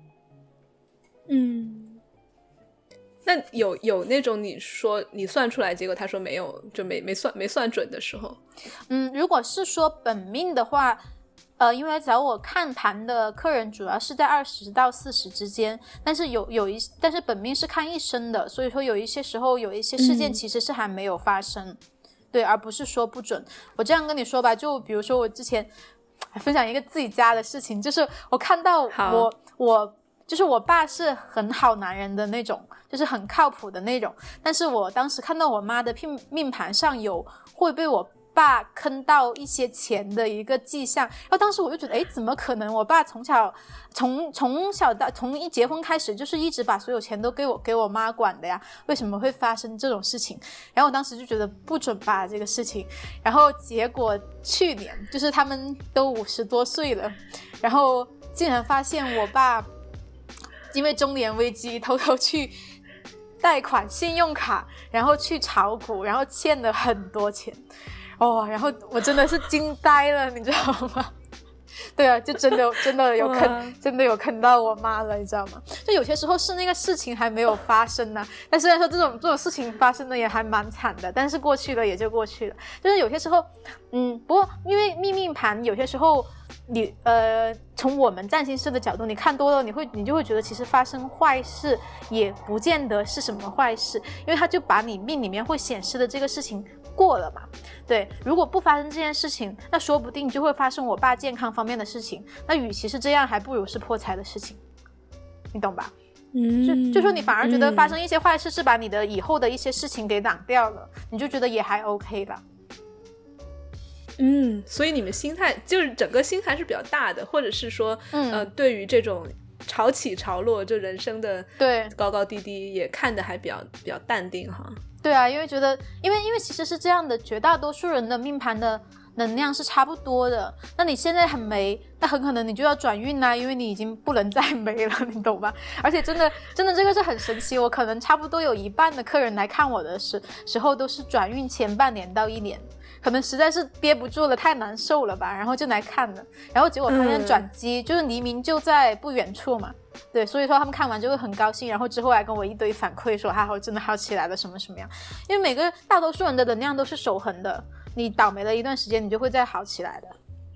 那有那种你说你算出来结果他说没有，就没算准的时候？ 如果是说本命的话，因为找我看盘的客人主要是在20到40之间，但是但是本命是看一生的，所以说有一些时候有一些事件其实是还没有发生，对，而不是说不准。我这样跟你说吧，就比如说我之前分享一个自己家的事情，就是我看到就是我爸是很好男人的那种，就是很靠谱的那种，但是我当时看到我妈的命盘上有会被我爸坑到一些钱的一个迹象。然后当时我就觉得，诶，怎么可能？我爸从小到从一结婚开始就是一直把所有钱都给我妈管的呀，为什么会发生这种事情？然后我当时就觉得不准吧这个事情。然后结果去年就是他们都50多岁了，然后竟然发现我爸因为中年危机偷偷去贷款信用卡，然后去炒股，然后欠了很多钱。然后我真的是惊呆了，你知道吗？对啊，就真的有坑到我妈了，你知道吗？就有些时候是那个事情还没有发生呢，但虽然说这种事情发生的也还蛮惨的，但是过去了也就过去了。就是有些时候不过因为命盘有些时候你从我们占星师的角度你看多了，你就会觉得其实发生坏事也不见得是什么坏事，因为它就把你命里面会显示的这个事情过了嘛。对，如果不发生这件事情，那说不定就会发生我爸健康方面的事情，那与其是这样还不如是破财的事情，你懂吧？就说你反而觉得发生一些坏事是把你的以后的一些事情给挡掉了，你就觉得也还 OK 了。 所以你们心态就是整个心还是比较大的，或者是说对于这种潮起潮落就人生的高高低低也看得还比较淡定哈。 对啊，因为觉得因为其实是这样的，绝大多数人的命盘的能量是差不多的，那你现在很霉，那很可能你就要转运啦，因为你已经不能再霉了，你懂吧？而且真的这个是很神奇，我可能差不多有一半的客人来看我的时候都是转运前半年到1年，可能实在是憋不住了，太难受了吧，然后就来看了，然后结果发现转机就是黎明就在不远处嘛。对，所以说他们看完就会很高兴，然后之后来跟我一堆反馈说还好，真的好起来了什么什么样。因为大多数人的能量都是守恒的，你倒霉了一段时间你就会再好起来的。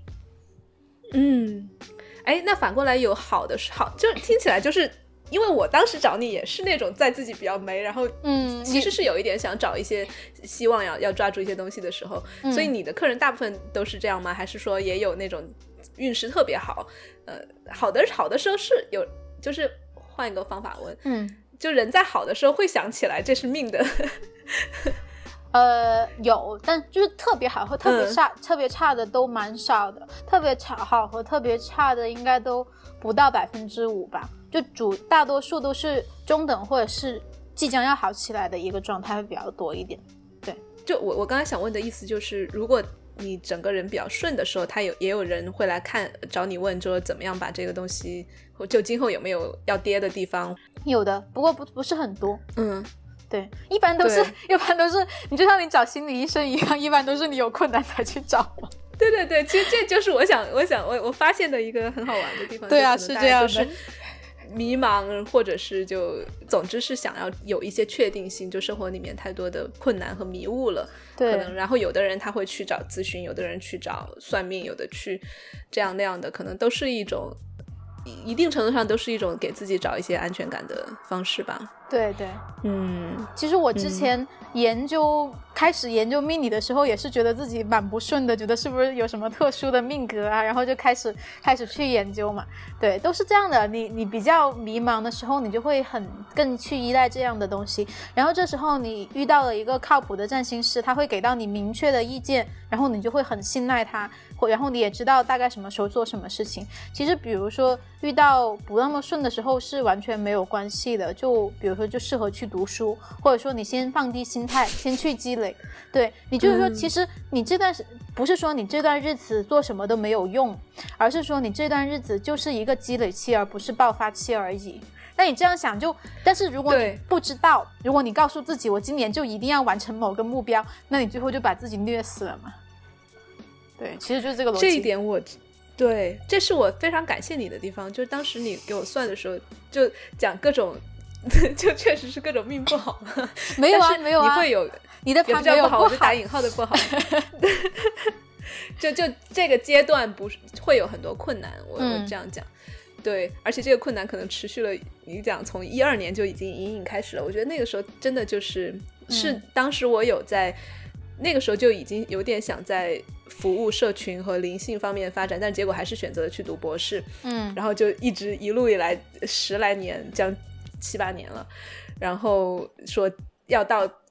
那反过来有好的好，就听起来就是因为我当时找你也是那种在自己比较霉，然后其实是有一点想找一些希望要抓住一些东西的时候，所以你的客人大部分都是这样吗？还是说也有那种运势特别好好的时候是有，就是换一个方法问就人在好的时候会想起来这是命的有，但就是特别好和特别差特别差的都蛮少的，特别好和特别差的应该都不到5%吧，就大多数都是中等或者是即将要好起来的一个状态会比较多一点。对， 就我刚才想问的意思就是，如果你整个人比较顺的时候，也有人会来找你问说怎么样把这个东西，就今后有没有要跌的地方。 有的，不过不是很多。对，一般都是你就像你找心理医生一样，一般都是你有困难才去找。 对，其实这就是我发现的一个很好玩的地方。 对啊，是这样的。 迷茫，或者是总之是想要有一些确定性，就生活里面太多的困难和迷雾了。 对， 可能然后有的人他会去找咨询，有的人去找算命，有的去这样那样的，可能都是一定程度上都是一种给自己找一些安全感的方式吧。 对，其实我之前开始研究命理的时候也是觉得自己蛮不顺的，觉得是不是有什么特殊的命格啊，然后就开始去研究嘛。对，都是这样的，你比较迷茫的时候你就会更去依赖这样的东西，然后这时候你遇到了一个靠谱的占星师，他会给到你明确的意见，然后你就会很信赖他，然后你也知道大概什么时候做什么事情。其实比如说遇到不那么顺的时候是完全没有关系的，就比如说就适合去读书，或者说你先放低心态，先去积累。对，你就是说其实你不是说你这段日子做什么都没有用，而是说你这段日子就是一个积累期而不是爆发期而已。那你这样想但是如果你不知道，如果你告诉自己我今年就一定要完成某个目标，那你最后就把自己虐死了嘛。对，其实就是这个逻辑。 这一点对，这是我非常感谢你的地方，就是当时你给我算的时候就讲各种就确实是各种命不好没有啊，没有啊， 你会有你的盘没有不好， 我就打引号的不好就这个阶段不是会有很多困难，我这样讲。对，而且这个困难可能持续了，你讲从12年就已经隐隐开始了。我觉得那个时候真的是当时我有在那个时候就已经有点想在服务社群和灵性方面发展，但结果还是选择了去读博士。然后就一路以来10来年，将7、8年了，然后说要到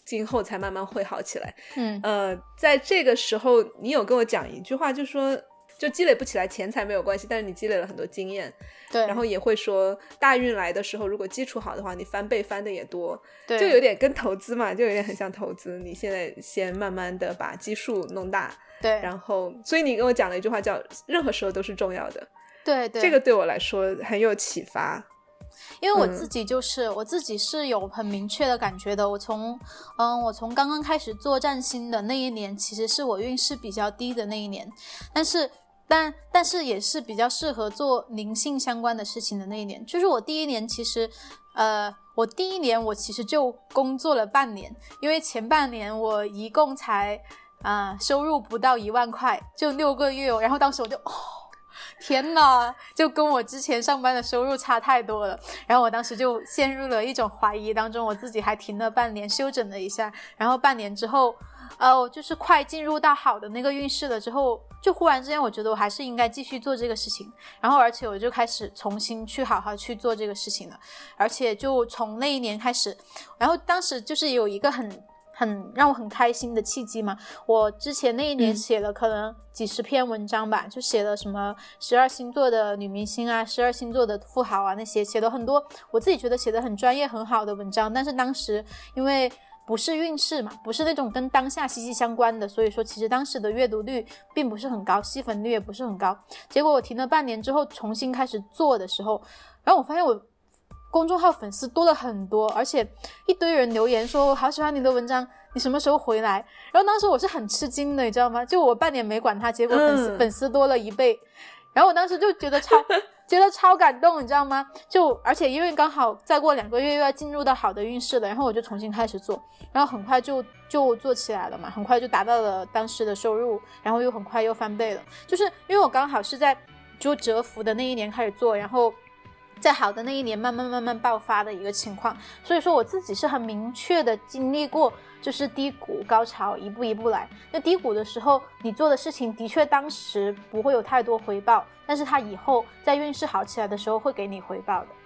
今后才慢慢会好起来。在这个时候你有跟我讲一句话，就说就积累不起来钱财没有关系，但是你积累了很多经验。 对， 然后也会说大运来的时候如果基础好的话，你翻倍翻的也多。 对， 就有点跟投资嘛，就有点很像投资，你现在先慢慢的把基数弄大。 对， 然后所以你跟我讲了一句话叫任何时候都是重要的。 对对， 这个对我来说很有启发。 因为我自己我自己是有很明确的感觉的。我从刚刚开始做占星的那一年，其实是我运势比较低的那一年，但是也是比较适合做灵性相关的事情的那一年。就是我第一年其实我其实就工作了半年，因为前半年我一共才收入不到1万块，就6个月然后当时我就天哪，就跟我之前上班的收入差太多了。然后我当时就陷入了一种怀疑当中，我自己还停了半年休整了一下。然后半年之后就是快进入到好的那个运势了之后，就忽然之间我觉得我还是应该继续做这个事情，然后而且我就开始重新去好好去做这个事情了。而且就从那一年开始，然后当时就是有一个很让我很开心的契机嘛。我之前那一年写了可能几十篇文章吧，就写了什么12星座的女明星啊，12星座的富豪啊，那些写了很多我自己觉得写的很专业很好的文章。但是当时因为不是运势嘛，不是那种跟当下息息相关的，所以说其实当时的阅读率并不是很高，吸粉率也不是很高。结果我停了半年之后重新开始做的时候，然后我发现我公众号粉丝多了很多，而且一堆人留言说我好喜欢你的文章，你什么时候回来。然后当时我是很吃惊的，你知道吗？就我半年没管他，结果粉丝多了1倍。然后我当时就觉得超感动，你知道吗？就而且因为刚好再过2个月又要进入到好的运势了，然后我就重新开始做，然后很快就做起来了嘛，很快就达到了当时的收入，然后又很快又翻倍了。就是因为我刚好是在就蛰伏的那一年开始做，然后在好的那一年慢慢爆发的一个情况。所以说我自己是很明确的经历过就是低谷高潮一步一步来。那低谷的时候你做的事情的确当时不会有太多回报，但是它以后在运势好起来的时候会给你回报的。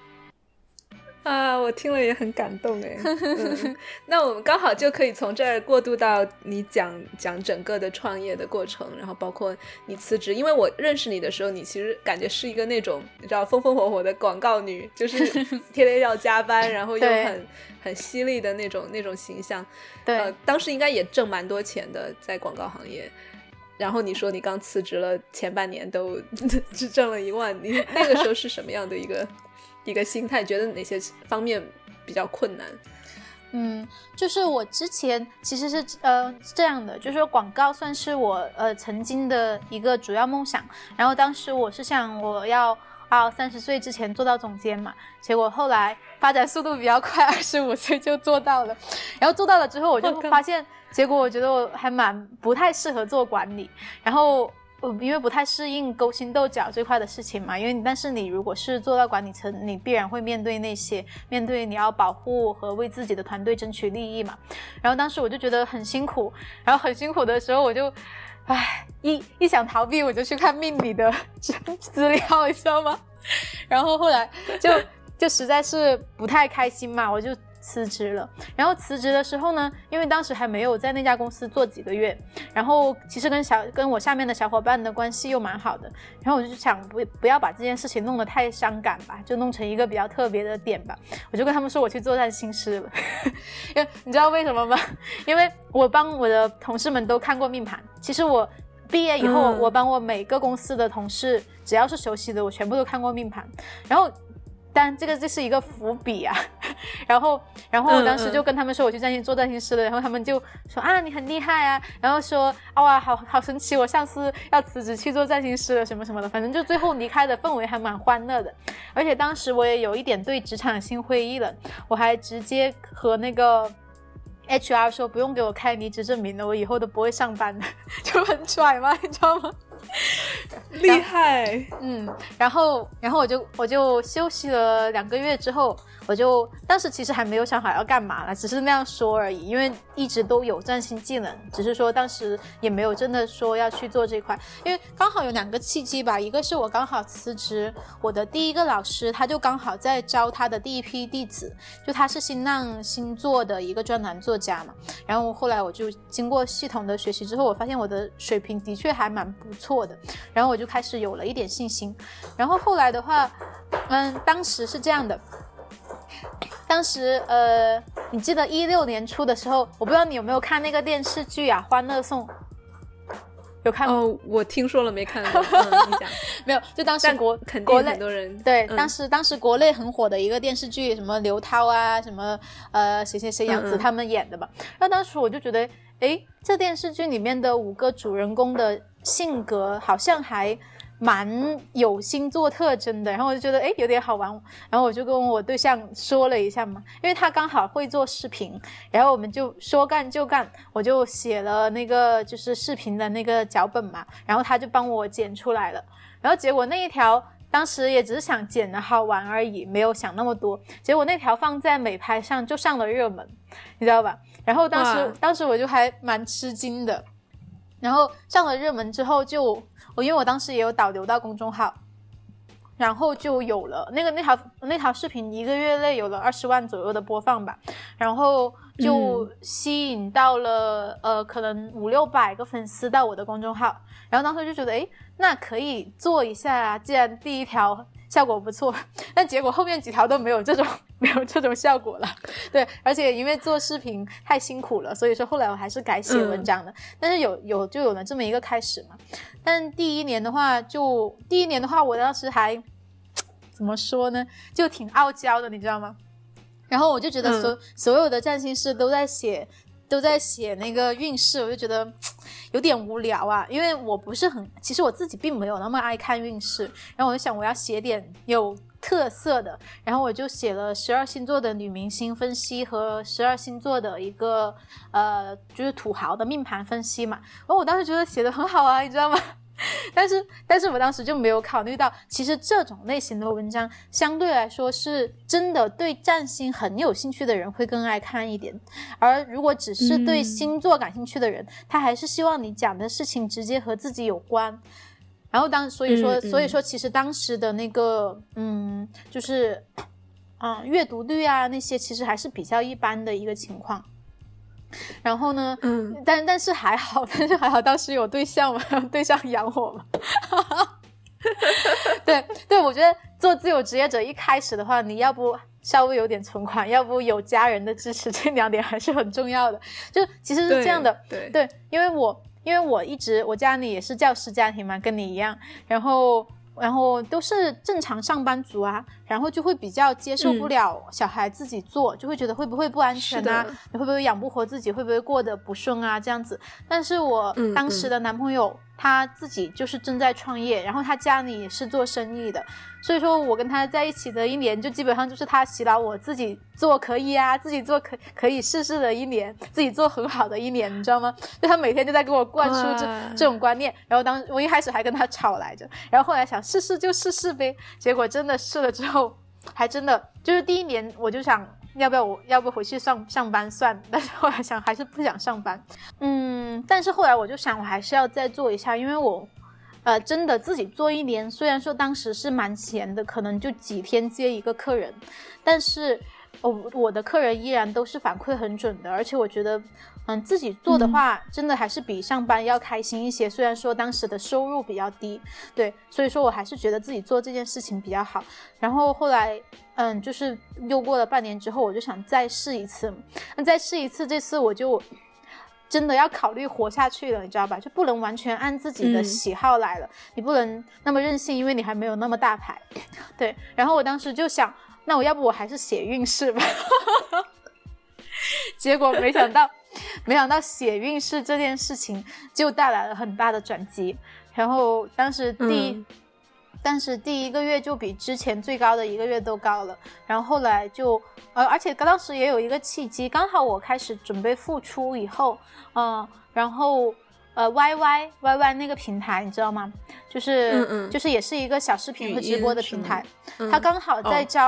我听了也很感动诶。那我们刚好就可以从这儿过渡到你讲整个的创业的过程，然后包括你辞职。因为我认识你的时候，你其实感觉是一个那种你知道风风火火的广告女，就是天天要加班然后又很犀利的那种形象。 对， 当时应该也挣蛮多钱的在广告行业。然后你说你刚辞职了，前半年都只挣了1万，你那个时候是什么样的一个心态？觉得哪些方面比较困难？ 就是我之前其实是这样的，就是说广告算是我曾经的一个主要梦想。然后当时我是想我要30岁之前做到总监嘛，结果后来发展速度比较快，25岁就做到了。然后做到了之后我就发现结果我觉得我还不太适合做管理，然后因为不太适应勾心斗角这块的事情嘛。但是你如果是做到管理层，你必然会面对你要保护和为自己的团队争取利益嘛。然后当时我就觉得很辛苦，然后很辛苦的时候我就一想逃避，我就去看命理的资料，你知道吗？然后后来就实在是不太开心嘛，我就辞职了。然后辞职的时候呢，因为当时还没有在那家公司做几个月，然后其实跟我下面的小伙伴的关系又蛮好的，然后我就想不要把这件事情弄得太伤感吧，就弄成一个比较特别的点吧。我就跟他们说我去做占星师了。因为你知道为什么吗？因为我帮我的同事们都看过命盘。其实我毕业以后，我帮我每个公司的同事只要是熟悉的我全部都看过命盘。然后但这是一个伏笔啊。然后我当时就跟他们说我去做占星师了，然后他们就说你很厉害啊，然后说哇好神奇，我上次要辞职去做占星师了什么什么的。反正就最后离开的氛围还蛮欢乐的。而且当时我也有一点对职场心灰意冷，我还直接和那个HR 说不用给我开离职证明了，我以后都不会上班的。就很拽嘛，你知道吗？ 厉害。 然后我就休息了2个月之后， 我就当时其实还没有想好要干嘛了，只是那样说而已，因为一直都有占星技能，只是说当时也没有真的说要去做这块。因为刚好有2个契机吧，一个是我刚好辞职，我的第一个老师他就刚好在招他的第一批弟子，就他是新浪星座的一个专栏作家嘛，然后后来我就经过系统的学习之后，我发现我的水平的确还蛮不错的，然后我就开始有了一点信心。然后后来的话当时是这样的，当时你记得16年初的时候，我不知道你有没有看那个电视剧啊，欢乐颂有看吗？ 我听说了没看过。你讲没有，就当时肯定国内很多人对，当时国内很火的一个电视剧，什么刘涛啊，什么谁谁谁杨紫他们演的嘛。然后当时我就觉得，诶，这电视剧里面的5个主人公的性格好像还蛮有星座特征的，然后我就觉得诶有点好玩，然后我就跟我对象说了一下嘛，因为他刚好会做视频，然后我们就说干就干，我就写了那个就是视频的那个脚本嘛，然后他就帮我剪出来了，然后结果那一条当时也只是想剪的好玩而已，没有想那么多，结果那条放在美拍上就上了热门，你知道吧？然后当时我就还蛮吃惊的，然后上了热门之后就因为我当时也有导流到公众号，然后就有了那条视频1个月内有了20万左右的播放吧，然后就吸引到了可能500-600个粉丝到我的公众号，然后当时就觉得诶那可以做一下啊，既然第一条效果不错，但结果后面几条都没有这种效果了。对，而且因为做视频太辛苦了，所以说后来我还是改写文章的，但是就有了这么一个开始嘛。但第一年的话我当时还怎么说呢，就挺傲娇的，你知道吗？然后我就觉得所有的占星师都在写那个运势，我就觉得有点无聊啊，因为其实我自己并没有那么爱看运势，然后我就想我要写点有特色的，然后我就写了12星座的女明星分析和12星座的一个就是土豪的命盘分析嘛，然后我当时觉得写得很好啊，你知道吗？但是我当时就没有考虑到，其实这种类型的文章相对来说是真的对占星很有兴趣的人会更爱看一点，而如果只是对星座感兴趣的人，他还是希望你讲的事情直接和自己有关。然后所以说其实当时的那个就是阅读率啊那些其实还是比较一般的一个情况。然后呢但是还好当时有对象嘛，对象养我嘛对，我觉得做自由职业者一开始的话，你要不稍微有点存款，要不有家人的支持，这2点还是很重要的。就其实是这样的，对，因为我家里也是教师家庭嘛，跟你一样，然后都是正常上班族啊，然后就会比较接受不了小孩自己做，就会觉得会不会不安全啊，你会不会养不活自己，会不会过得不顺啊这样子。但是我当时的男朋友他自己就是正在创业，然后他家里也是做生意的，所以说我跟他在一起的1年就基本上就是他洗脑我自己做可以啊，自己做可以试试的1年，自己做很好的1年，你知道吗？就他每天就在给我灌输这种观念，然后我一开始还跟他吵来着，然后后来想试试就试试呗，结果真的试了之后还真的就是第1年我就想要不回去上班算，但是后来想还是不想上班。但是后来我就想我还是要再做一下，因为我真的自己做1年，虽然说当时是蛮闲的，可能就几天接一个客人，但是我的客人依然都是反馈很准的，而且我觉得自己做的话真的还是比上班要开心一些，虽然说当时的收入比较低，对，所以说我还是觉得自己做这件事情比较好。然后后来就是又过了半年之后，我就想再试一次，这次我就真的要考虑活下去了，你知道吧？就不能完全按自己的喜好来了，你不能那么任性，因为你还没有那么大牌。对，然后我当时就想，那要不我还是写运势吧结果没想到写运势这件事情就带来了很大的转机，然后当时第1个月就比之前最高的1个月都高了，然后后来就而且当时也有一个契机，刚好我开始准备复出以后然后YY 那个平台你知道吗？就是也是一个小视频和直播的平台，他刚好在招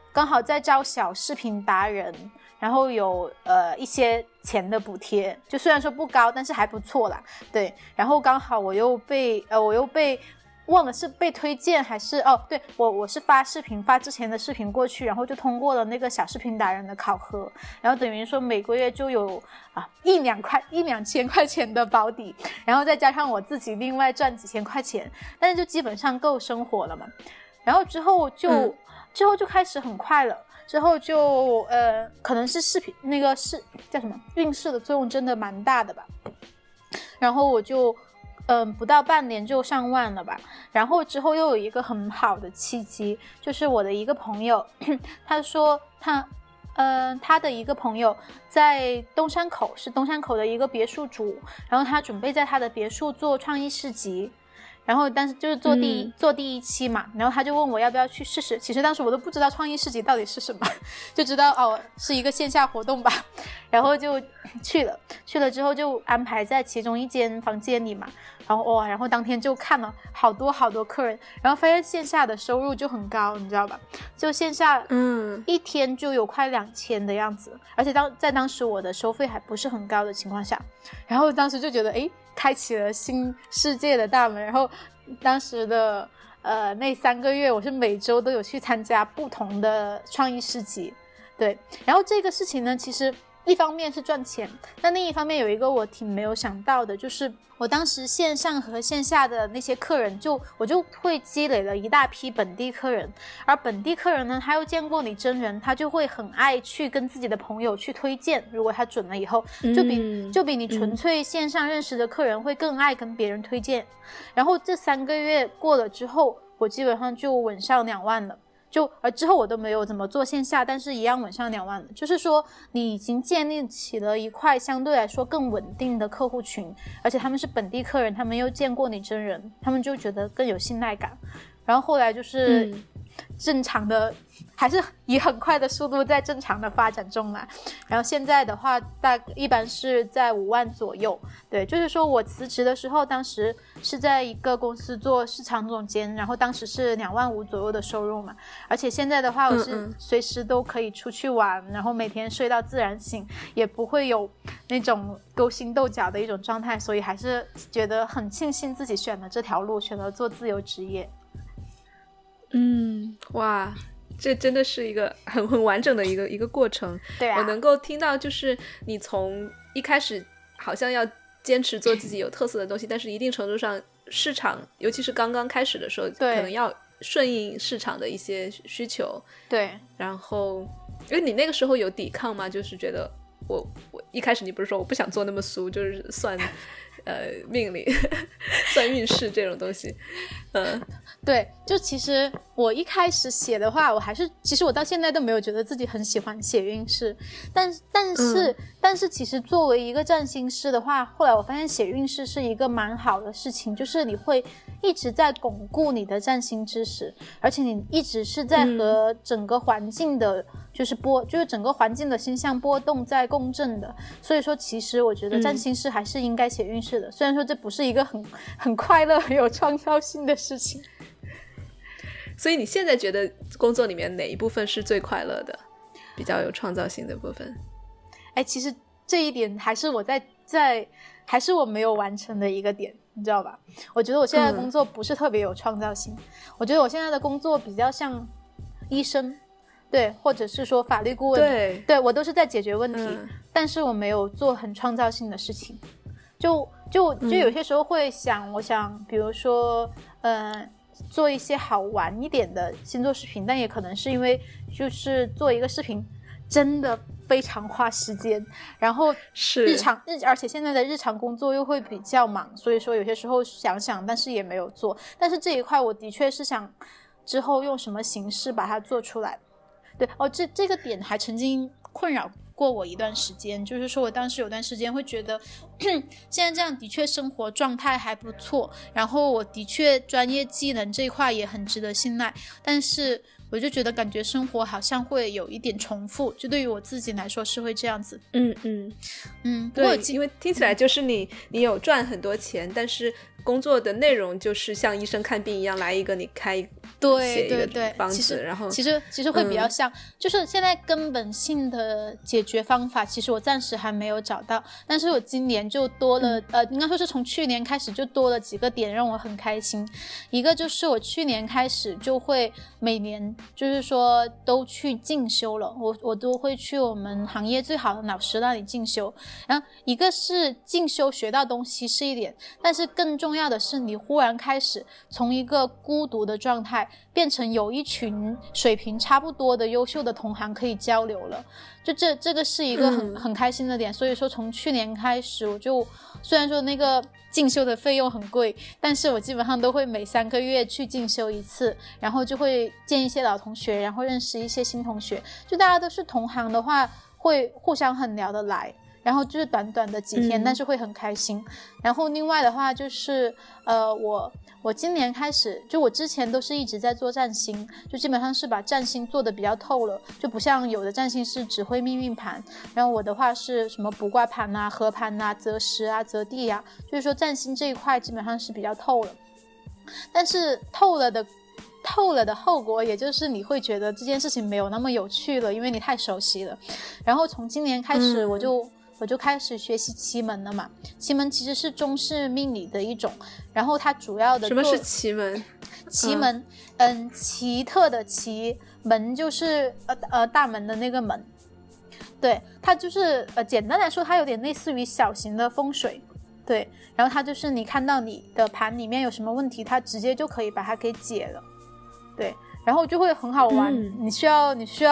刚好在招小视频达人，然后有一些钱的补贴，就虽然说不高，但是还不错啦。对，然后刚好我又被忘了是被推荐还是对，我是发之前的视频过去，然后就通过了那个小视频达人的考核，然后等于说每个月就有一两千块钱的保底，然后再加上我自己另外赚几千块钱，但是就基本上够生活了嘛。然后之后就开始很快了，之后就可能是视频那个是叫什么运势的作用真的蛮大的吧，然后我就不到半年就上万了吧。然后之后又有一个很好的契机，就是我的一个朋友他说他的一个朋友在东山口的一个别墅主，然后他准备在他的别墅做创意市集，然后但是就是做第一期嘛，然后他就问我要不要去试试。其实当时我都不知道创意市集到底是什么，就知道是一个线下活动吧，然后就去了之后就安排在其中一间房间里嘛，然后当天就看了好多客人，然后发现线下的收入就很高，你知道吧？就线下一天就有快2000的样子，而且在当时我的收费还不是很高的情况下，然后当时就觉得开启了新世界的大门。然后当时的那3个月我是每周都有去参加不同的创意市集。对，然后这个事情呢，其实一方面是赚钱，但另一方面有一个我挺没有想到的，就是我当时线上和线下的那些客人我就会积累了一大批本地客人，而本地客人呢，他又见过你真人，他就会很爱去跟自己的朋友去推荐，如果他准了以后就比你纯粹线上认识的客人会更爱跟别人推荐。然后这3个月过了之后，我基本上就稳上2万了，之后我都没有怎么做线下，但是一样稳上2万了。就是说你已经建立起了一块相对来说更稳定的客户群，而且他们是本地客人，他们又见过你真人，他们就觉得更有信赖感。然后后来就是正常的还是以很快的速度在正常的发展中啦。然后现在的话一般是在5万左右。对，就是说我辞职的时候当时是在一个公司做市场总监，然后当时是2万5左右的收入嘛。而且现在的话我是随时都可以出去玩，然后每天睡到自然醒，也不会有那种勾心斗角的一种状态，所以还是觉得很庆幸自己选了这条路，选了做自由职业。 哇，这真的是一个很完整的一个过程。 对啊， 我能够听到就是你从一开始好像要坚持做自己有特色的东西，但是一定程度上市场尤其是刚刚开始的时候可能要顺应市场的一些需求。 对， 然后因为你那个时候有抵抗吗？就是觉得我一开始你不是说我不想做那么俗，就是算命理算运势这种东西。 对，就其实我一开始写的话，其实我到现在都没有觉得自己很喜欢写运势，但是其实作为一个占星师的话，后来我发现写运势是一个蛮好的事情，就是你会一直在巩固你的占星知识，而且你一直是在和整个环境的就是整个环境的星象波动在共振的。所以说其实我觉得占星师还是应该写运势的，虽然说这不是一个很快乐很有创造性的事情。 所以你现在觉得工作里面哪一部分是最快乐的，比较有创造性的部分？ 其实这一点还是我还是我没有完成的一个点，你知道吧？我觉得我现在的工作不是特别有创造性，我觉得我现在的工作比较像医生，对，或者是说法律顾问，对，我都是在解决问题，但是我没有做很创造性的事情。就有些时候会想，我想比如说做一些好玩一点的星座视频，但也可能是因为就是做一个视频真的非常花时间，然后而且现在的日常工作又会比较忙，所以说有些时候想想但是也没有做。但是这一块我的确是想之后用什么形式把它做出来。对，这个点还曾经困扰过我一段时间，就是说我当时有段时间会觉得现在这样的确生活状态还不错，然后我的确专业技能这一块也很值得信赖，但是我就觉得感觉生活好像会有一点重复，就对于我自己来说是会这样子。 对，因为听起来就是你有赚很多钱，但是工作的内容就是像医生看病一样，来一个你开写一个方子，然后其实会比较像，就是现在根本性的解决方法，其实我暂时还没有找到，但是我今年就多了，应该说是从去年开始就多了几个点让我很开心。一个就是我去年开始就会每年就是说都去进修了，我都会去我们行业最好的老师那里进修。然后一个是进修学到东西是一点，但是更重要的是你忽然开始从一个孤独的状态变成有一群水平差不多的优秀的同行可以交流了，就这个是一个很开心的点。所以说从去年开始，我就虽然说那个进修的费用很贵，但是我基本上都会每3个月去进修一次，然后就会见一些老同学，然后认识一些新同学，就大家都是同行的话会互相很聊得来，然后就是短短的几天，但是会很开心。然后另外的话就是我今年开始，就我之前都是一直在做占星，就基本上是把占星做的比较透了，就不像有的占星是只会命运盘，然后我的话是什么卜卦盘啊、合盘啊、择时啊、择地啊，就是说占星这一块基本上是比较透了。但是透了的后果，也就是你会觉得这件事情没有那么有趣了，因为你太熟悉了。然后从今年开始我就开始学习奇门了嘛。奇门其实是中式命理的一种，然后它主要的什么是奇门？ 奇门奇特的奇，门就是大门的那个门。对，它就是简单来说它有点类似于小型的风水。对，然后它就是你看到你的盘里面有什么问题，它直接就可以把它给解了。对，然后就会很好玩。你需要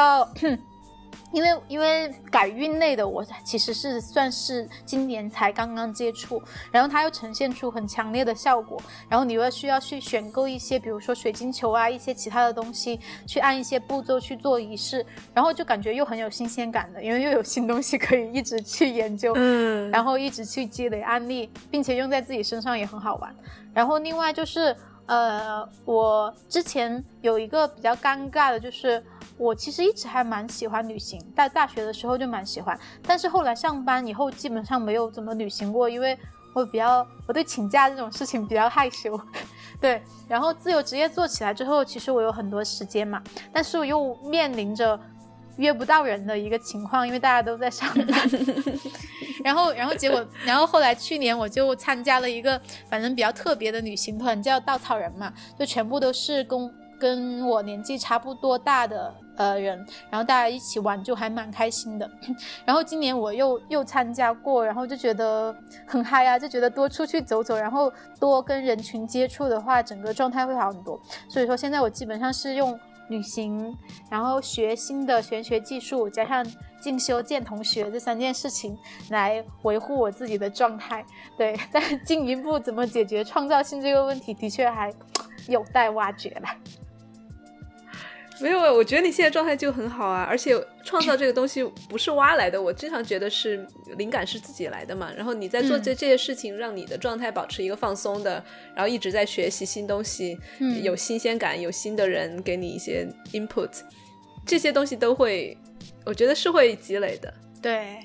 因为改运类的我其实是算是今年才刚刚接触，然后它又呈现出很强烈的效果，然后你又需要去选购一些比如说水晶球啊一些其他的东西，去按一些步骤去做仪式，然后就感觉又很有新鲜感的，因为又有新东西可以一直去研究，然后一直去积累案例，并且用在自己身上也很好玩。然后另外就是我之前有一个比较尴尬的，就是我其实一直还蛮喜欢旅行，在大学的时候就蛮喜欢，但是后来上班以后基本上没有怎么旅行过，因为我对请假这种事情比较害羞。对，然后自由职业做起来之后，其实我有很多时间嘛，但是我又面临着约不到人的一个情况，因为大家都在上班。然后后来去年我就参加了一个反正比较特别的旅行团，叫稻草人嘛，就全部都是跟我年纪差不多大的人，然后大家一起玩就还蛮开心的。然后今年我又参加过，然后就觉得很嗨啊，就觉得多出去走走，然后多跟人群接触的话，整个状态会好很多。所以说现在我基本上是用旅行，然后学新的玄学技术，加上进修见同学这3件事情来维护我自己的状态。对，但进一步怎么解决创造性这个问题的确还有待挖掘了。 没有，我觉得你现在状态就很好啊，而且创造这个东西不是挖来的，我经常觉得是灵感是自己来的嘛，然后你在做这些事情，让你的状态保持一个放松的，然后一直在学习新东西，有新鲜感，有新的人给你一些 input， 这些东西都会，我觉得是会积累的。 对，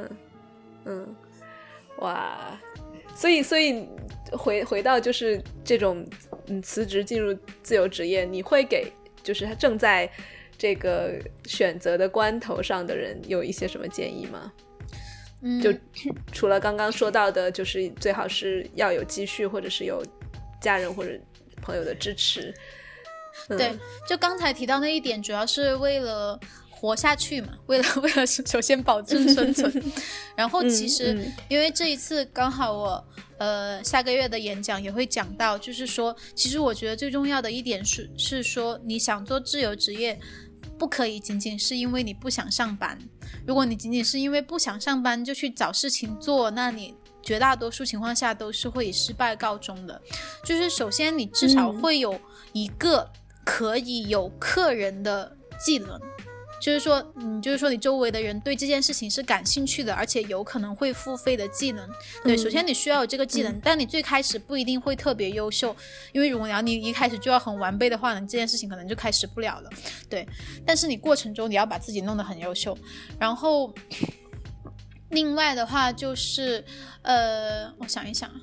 哇，所以回到就是这种辞职进入自由职业，你会给就是他正在这个选择的关头上的人有一些什么建议吗？就除了刚刚说到的，就是最好是要有积蓄，或者是有家人或者朋友的支持。 对，就刚才提到那一点，主要是为了活下去嘛，为了首先保证生存。然后其实因为这一次刚好我下个月的演讲也会讲到，就是说其实我觉得最重要的一点是说，你想做自由职业不可以仅仅是因为你不想上班，如果你仅仅是因为不想上班就去找事情做，那你绝大多数情况下都是会以失败告终的。就是首先你至少会有一个可以有客人的技能， 就是说你周围的人对这件事情是感兴趣的，而且有可能会付费的技能。对，首先你需要有这个技能，但你最开始不一定会特别优秀，因为如果你一开始就要很完备的话呢，这件事情可能就开始不了了。对，但是你过程中你要把自己弄得很优秀。然后另外的话就是我想一想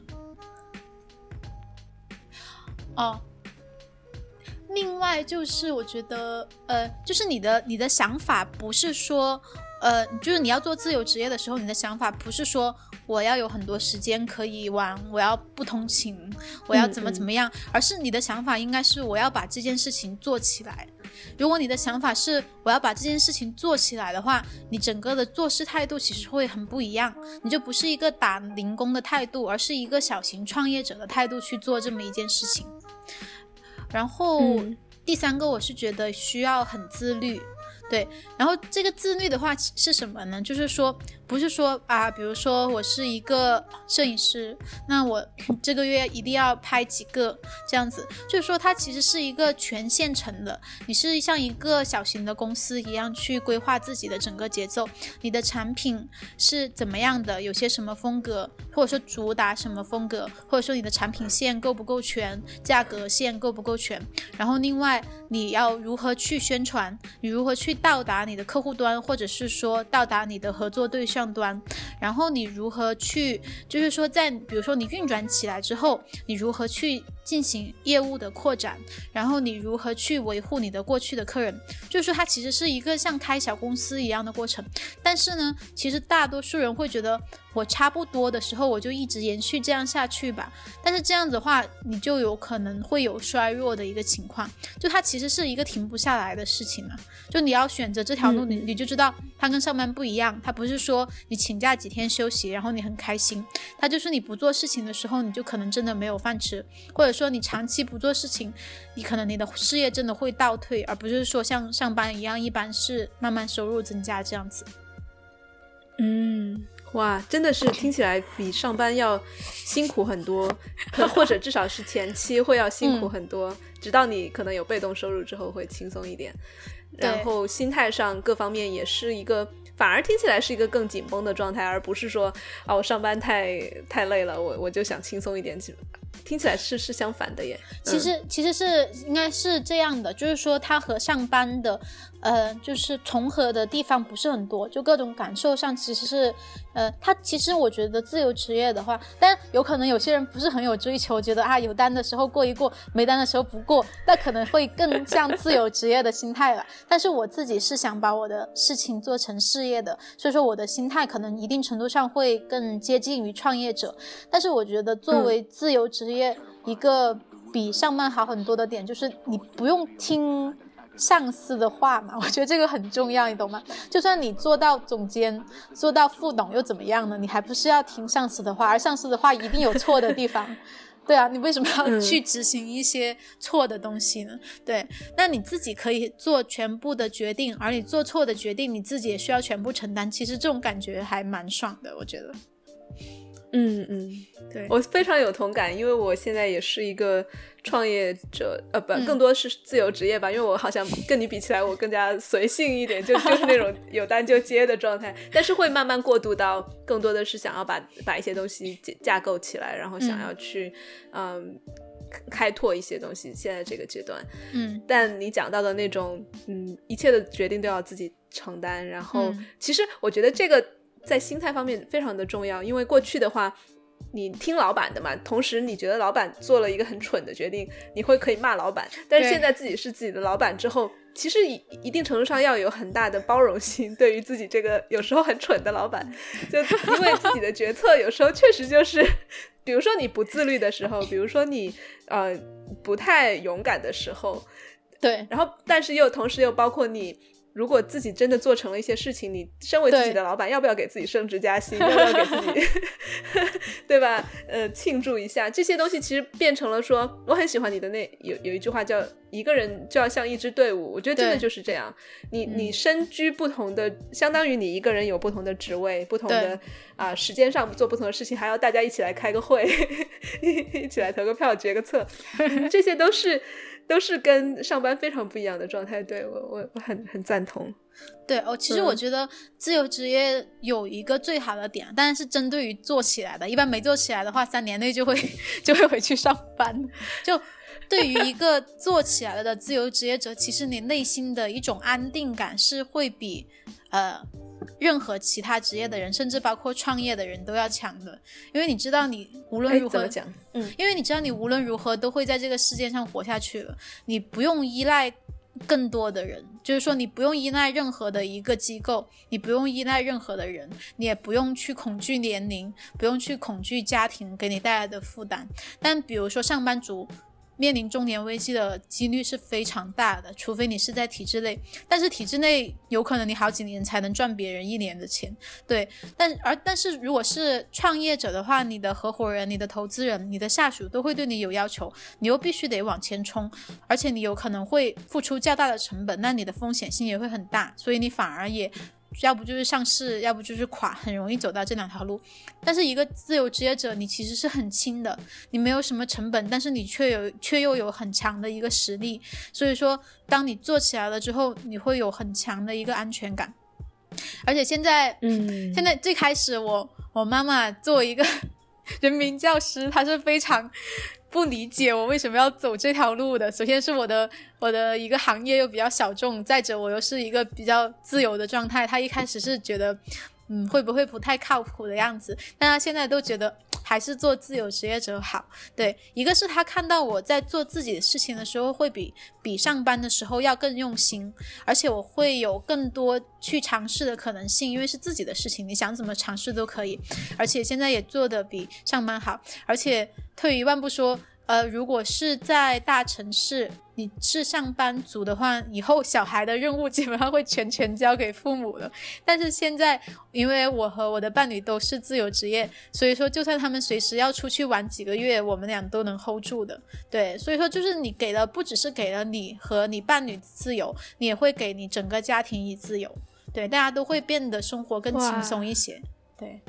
另外就是我觉得就是你的想法不是说就是你要做自由职业的时候，你的想法不是说我要有很多时间可以玩，我要不通勤，我要怎么样，而是你的想法应该是我要把这件事情做起来。如果你的想法是我要把这件事情做起来的话，你整个的做事态度其实会很不一样，你就不是一个打零工的态度，而是一个小型创业者的态度去做这么一件事情。然后第三个我是觉得需要很自律。对，然后这个自律的话是什么呢？就是说不是说比如说我是一个摄影师，那我这个月一定要拍几个这样子，就是说它其实是一个全线程的，你是像一个小型的公司一样去规划自己的整个节奏，你的产品是怎么样的，有些什么风格，或者说主打什么风格，或者说你的产品线够不够全，价格线够不够全，然后另外你要如何去宣传，你如何去到达你的客户端，或者是说到达你的合作对象端，然后你如何去就是说在比如说你运转起来之后，你如何去进行业务的扩展，然后你如何去维护你的过去的客人，就是说它其实是一个像开小公司一样的过程。但是呢其实大多数人会觉得我差不多的时候我就一直延续这样下去吧，但是这样子的话你就有可能会有衰弱的一个情况，就它其实是一个停不下来的事情啊。就你要选择这条路，你就知道它跟上班不一样，它不是说你请假几天休息然后你很开心，它就是你不做事情的时候你就可能真的没有饭吃，或者说你长期不做事情，你可能你的事业真的会倒退，而不是说像上班一样一般是慢慢收入增加这样子。 哇，真的是听起来比上班要辛苦很多，或者至少是前期会要辛苦很多，直到你可能有被动收入之后会轻松一点，然后心态上各方面也是一个反而听起来是一个更紧绷的状态，而不是说我上班太累了，我就想轻松一点，听起来是相反的耶。 其实是应该是这样的，就是说它和上班的就是重合的地方不是很多，就各种感受上其实是它其实我觉得自由职业的话，但有可能有些人不是很有追求，觉得有单的时候过一过，没单的时候不过，那可能会更像自由职业的心态了。但是我自己是想把我的事情做成事业的，所以说我的心态可能一定程度上会更接近于创业者。但是我觉得作为自由职业一个比上班好很多的点，就是你不用听上司的话嘛，我觉得这个很重要，你懂吗？就算你做到总监做到副董又怎么样呢？你还不是要听上司的话，而上司的话一定有错的地方对啊，你为什么要去执行一些错的东西呢？对，那你自己可以做全部的决定，而你做错的决定你自己也需要全部承担，其实这种感觉还蛮爽的，我觉得。 对，我非常有同感，因为我现在也是一个创业者，更多是自由职业吧，因为我好像跟你比起来我更加随性一点，就是那种有单就接的状态，但是会慢慢过渡到更多的是想要把一些东西架构起来，然后想要去开拓一些东西，现在这个阶段但你讲到的那种一切的决定都要自己承担，然后其实我觉得这个在心态方面非常的重要，因为过去的话你听老板的嘛，同时你觉得老板做了一个很蠢的决定，你会可以骂老板，但是现在自己是自己的老板之后，其实一定程度上要有很大的包容心，对于自己这个有时候很蠢的老板，就因为自己的决策有时候确实就是比如说你不自律的时候，比如说你不太勇敢的时候， 对， 然后但是同时又包括你如果自己真的做成了一些事情，你身为自己的老板要不要给自己升职加薪，要不要给自己对吧庆祝一下，这些东西其实变成了说，我很喜欢你的有一句话叫一个人就要像一支队伍，我觉得真的就是这样，你身居不同的，相当于你一个人有不同的职位，不同的时间上做不同的事情，还要大家一起来开个会一起来投个票决个策这些都是都是跟上班非常不一样的状态。对，我很赞同。 对其实我觉得自由职业有一个最好的点，当然是针对于做起来的，一般没做起来的话3年内就会回去上班。就对于一个做起来了的自由职业者，其实你内心的一种安定感是会比任何其他职业的人，甚至包括创业的人都要强的。因为你知道你无论如何怎么讲？ 因为你知道你无论如何都会在这个世界上活下去了，你不用依赖更多的人，就是说你不用依赖任何的一个机构，你不用依赖任何的人，你也不用去恐惧年龄，不用去恐惧家庭给你带来的负担。但比如说上班族面临中年危机的几率是非常大的，除非你是在体制内，但是体制内有可能你好几年才能赚别人1年的钱。对，但是如果是创业者的话，你的合伙人、你的投资人、你的下属都会对你有要求，你又必须得往前冲，而且你有可能会付出较大的成本，那你的风险性也会很大，所以你反而也要不就是上市，要不就是垮，很容易走到这2条路。但是一个自由职业者，你其实是很轻的，你没有什么成本，但是你却又有很强的一个实力，所以说当你做起来了之后，你会有很强的一个安全感。而且现在最开始我妈妈作为一个人民教师，她是非常不理解我为什么要走这条路的。首先是我的一个行业又比较小众，再者我又是一个比较自由的状态，她一开始是觉得会不会不太靠谱的样子，但她现在都觉得还是做自由职业者好。对，一个是她看到我在做自己的事情的时候会比上班的时候要更用心，而且我会有更多去尝试的可能性，因为是自己的事情，你想怎么尝试都可以。而且现在也做得比上班好，而且退一万步说如果是在大城市你是上班族的话，以后小孩的任务基本上会全交给父母了。但是现在因为我和我的伴侣都是自由职业，所以说就算他们随时要出去玩几个月，我们俩都能 hold 住的。对，所以说就是你给了，不只是给了你和你伴侣自由，你也会给你整个家庭以自由。对，大家都会变得生活更轻松一些。对，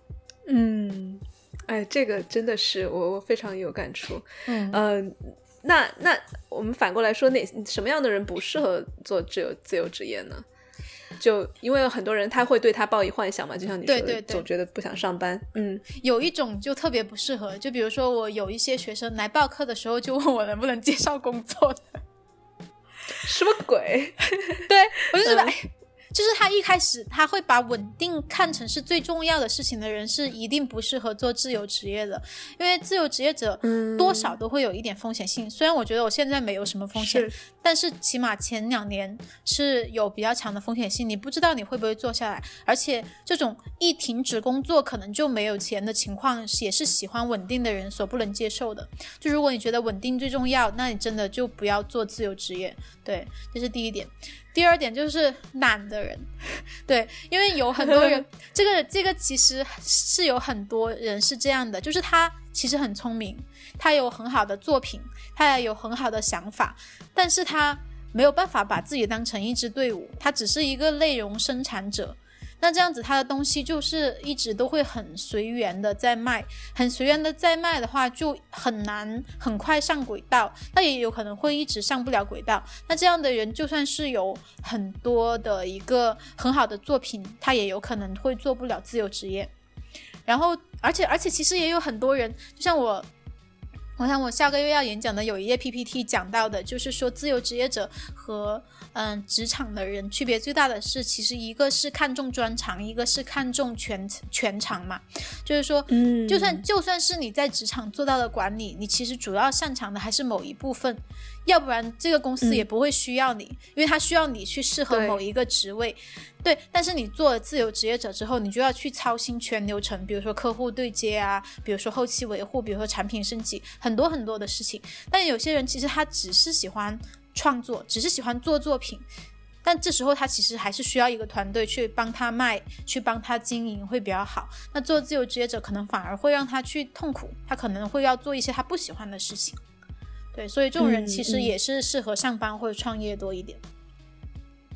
这个真的是我非常有感触。那我们反过来说，什么样的人不适合做自由职业呢？就因为有很多人他会对他抱以幻想嘛，就像你说的，对，总觉得不想上班。 有一种就特别不适合，就比如说我有一些学生来报课的时候就问我能不能介绍工作的。 什么鬼？ 对，我就觉得就是他一开始他会把稳定看成是最重要的事情的人是一定不适合做自由职业的。因为自由职业者多少都会有一点风险性，虽然我觉得我现在没有什么风险，但是起码前2年是有比较强的风险性，你不知道你会不会做下来。而且这种一停止工作可能就没有钱的情况，也是喜欢稳定的人所不能接受的。就如果你觉得稳定最重要，那你真的就不要做自由职业。对，这是第一点。第二点就是懒的人。对，因为有很多人这个其实是有很多人是这样的，就是他其实很聪明，他有很好的作品，他也有很好的想法，但是他没有办法把自己当成一支队伍，他只是一个内容生产者。那这样子他的东西就是一直都会很随缘的在卖，很随缘的在卖的话就很难很快上轨道，那也有可能会一直上不了轨道。那这样的人就算是有很多的一个很好的作品，他也有可能会做不了自由职业。然后而且其实也有很多人，就像我下个月要演讲的有一页 PPT 讲到的，就是说自由职业者和职场的人区别最大的是，其实一个是看重专长，一个是看重全长嘛。就是说就算是你在职场做到了管理，你其实主要擅长的还是某一部分，要不然这个公司也不会需要你，因为它需要你去适合某一个职位。对，但是你做了自由职业者之后，你就要去操心全流程，比如说客户对接啊，比如说后期维护，比如说产品升级，很多很多的事情。但有些人其实他只是喜欢创作，只是喜欢做作品，但这时候他其实还是需要一个团队去帮他卖，去帮他经营会比较好。那做自由职业者可能反而会让他去痛苦，他可能会要做一些他不喜欢的事情。对，所以这种人其实也是适合上班或者创业多一点。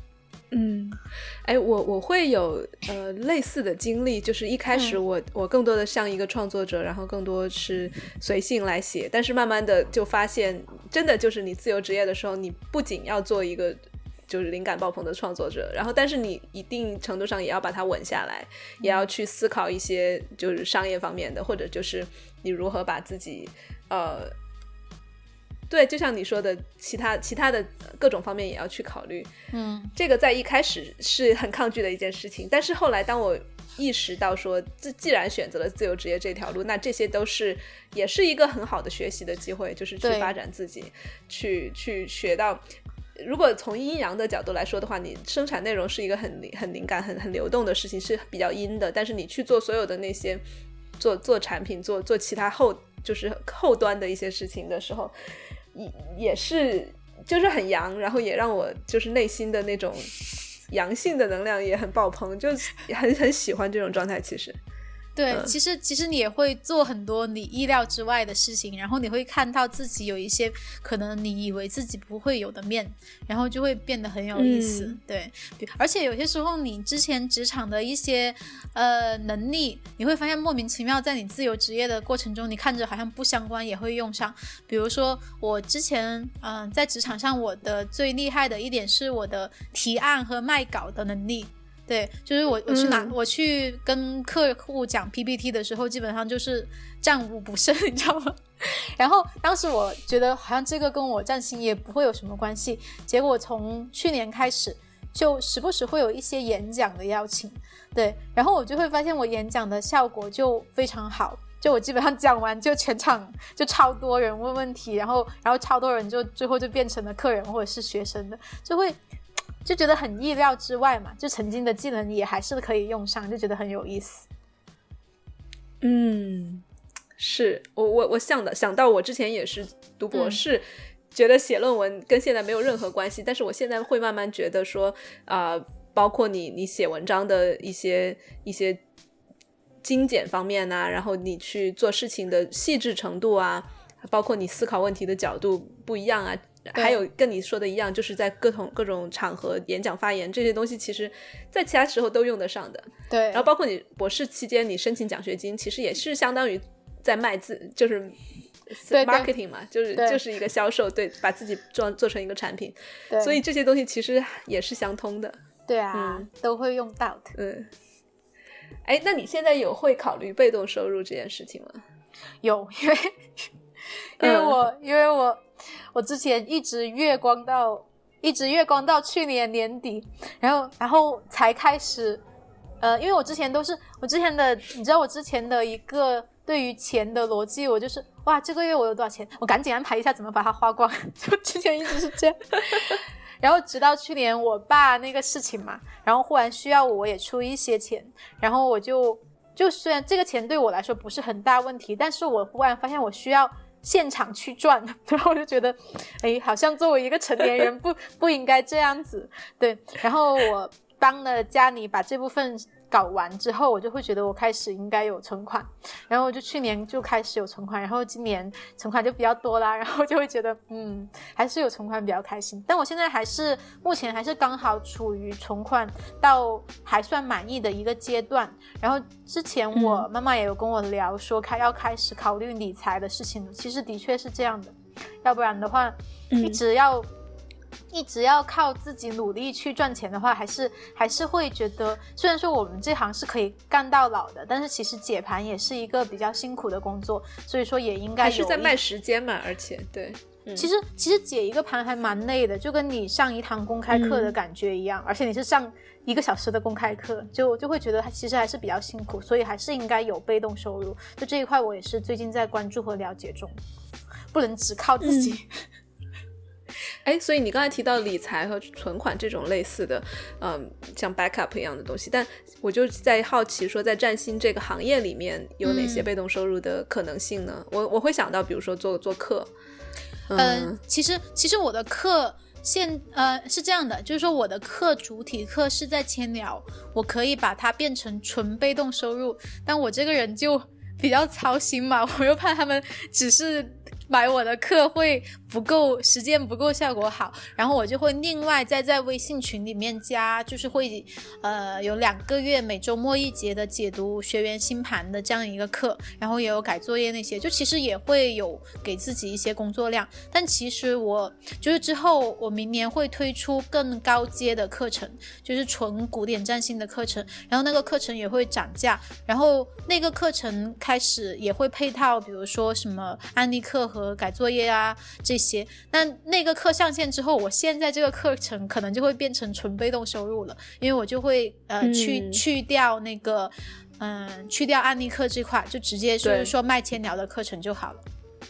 我会有类似的经历，就是一开始我更多的像一个创作者，然后更多是随性来写，但是慢慢的就发现，真的就是你自由职业的时候，你不仅要做一个就是灵感爆棚的创作者，然后但是你一定程度上也要把它稳下来，也要去思考一些就是商业方面的，或者就是你如何把自己对，就像你说的其他的各种方面也要去考虑。这个在一开始是很抗拒的一件事情，但是后来当我意识到说既然选择了自由职业这条路，那这些也是一个很好的学习的机会，就是去发展自己，去学到。如果从阴阳的角度来说的话，你生产内容是一个很灵感很流动的事情，是比较阴的，但是你去做所有的那些做产品做其他就是后端的一些事情的时候，也是就是很阳，然后也让我就是内心的那种阳性的能量也很爆棚，就很喜欢这种状态。其实对，其实你也会做很多你意料之外的事情，然后你会看到自己有一些可能你以为自己不会有的面，然后就会变得很有意思。对，而且有些时候你之前职场的一些能力，你会发现莫名其妙在你自由职业的过程中，你看着好像不相关也会用上。比如说我之前在职场上，我的最厉害的一点是我的提案和卖稿的能力。对，就是我去跟客户讲 PPT 的时候，基本上就是战无不胜，你知道吗？然后当时我觉得好像这个跟我占星也不会有什么关系，结果从去年开始就时不时会有一些演讲的邀请，对，然后我就会发现我演讲的效果就非常好，就我基本上讲完就全场就超多人问问题，然后超多人就最后就变成了客人或者是学生的，就觉得很意料之外嘛，就曾经的技能也还是可以用上，就觉得很有意思。 是我想到我之前也是读博士，觉得写论文跟现在没有任何关系，但是我现在会慢慢觉得说包括你写文章的一些精简方面啊，然后你去做事情的细致程度啊，包括你思考问题的角度不一样啊，还有跟你说的一样，就是在各种场合演讲发言这些东西，其实在其他时候都用得上的。 对， 然后包括你博士期间你申请奖学金，其实也是相当于在卖就是 marketing 嘛，就是一个销售，对，把自己做成一个产品，所以这些东西其实也是相通的。 对啊，都会用到的。 那你现在有会考虑被动收入这件事情吗？ 有，因为我之前一直月光到去年年底，然后才开始因为我之前的你知道我之前的一个对于钱的逻辑，我就是哇这个月我有多少钱，我赶紧安排一下怎么把它花光，就之前一直是这样。然后直到去年我爸那个事情嘛，然后忽然需要我也出一些钱，然后我就虽然这个钱对我来说不是很大问题，但是我忽然发现我需要现场去赚，然后我就觉得好像作为一个成年人不应该这样子。对，然后我帮了家里把这部分搞完之后，我就会觉得我开始应该有存款，然后我就去年就开始有存款，然后今年存款就比较多啦，然后就会觉得还是有存款比较开心。但我现在目前还是刚好处于存款到还算满意的一个阶段，然后之前我妈妈也有跟我聊说要开始考虑理财的事情，其实的确是这样的，要不然的话一直要靠自己努力去赚钱的话，还是会觉得，虽然说我们这行是可以干到老的，但是其实解盘也是一个比较辛苦的工作，所以说也应该还是在卖时间嘛，而且对， 其实解一个盘还蛮累的，就跟你上一堂公开课的感觉一样，而且你是上1个小时的公开课，就会觉得其实还是比较辛苦，所以还是应该有被动收入，就这一块我也是最近在关注和了解中，不能只靠自己。 所以你刚才提到理财和存款这种类似的像 backup 一样的东西，但我就在好奇说在占星这个行业里面有哪些被动收入的可能性呢？我会想到比如说做课。 其实我的课是这样的，就是说我的课主体课是在千聊，我可以把它变成纯被动收入，但我这个人就比较操心嘛，我又怕他们只是买我的课会不够，实践不够效果好，然后我就会另外再在微信群里面加，就是会有2个月每周末1节的解读学员星盘的这样一个课，然后也有改作业那些，就其实也会有给自己一些工作量。但其实我就是之后我明年会推出更高阶的课程，就是纯古典占星的课程，然后那个课程也会涨价，然后那个课程开始也会配套比如说什么案例课和改作业啊这些。那个课上线之后，我现在这个课程可能就会变成纯被动收入了，因为我就会去掉那个去掉案例课这块，就直接就是说卖千聊的课程就好了。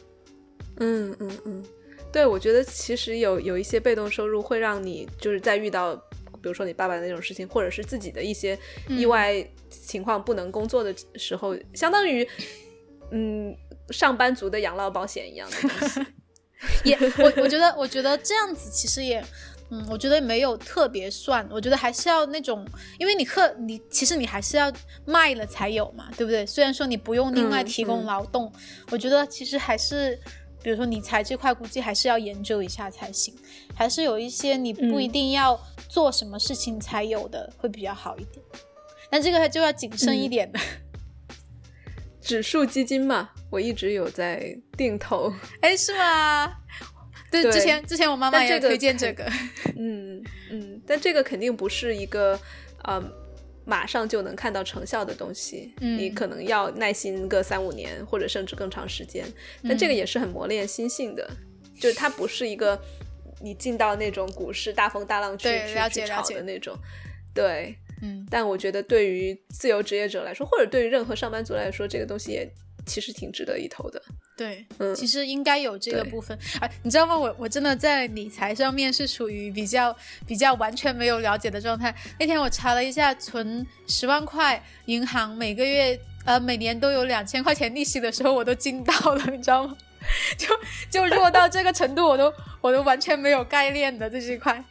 对，我觉得其实有一些被动收入会让你就是在遇到比如说你爸爸的那种事情，或者是自己的一些意外情况不能工作的时候，相当于上班族的养老保险一样的东西。 我觉得这样子其实也我觉得没有特别算，我觉得还是要那种，因为其实你还是要卖了才有嘛，对不对？虽然说你不用另外提供劳动，我觉得其实还是比如说理财这块估计还是要研究一下才行，还是有一些你不一定要做什么事情才有的会比较好一点，但这个就要谨慎一点的。 指数基金嘛，我一直有在定投。 哎，是吗？对，之前我妈妈也推荐这个。 但这个肯定不是一个马上就能看到成效的东西，你可能要耐心个3-5年或者甚至更长时间，但这个也是很磨练心性的，就是它不是一个你进到那种股市大风大浪去炒的那种。对，但我觉得对于自由职业者来说，或者对于任何上班族来说，这个东西也其实挺值得一投的。 对，其实应该有这个部分。你知道吗？我真的在理财上面是属于比较完全没有了解的状态。那天我查了一下，存10万块，银行每个月每年都有2000块钱利息的时候，我都惊到了，你知道吗？就弱到这个程度，我都完全没有概念的这一块。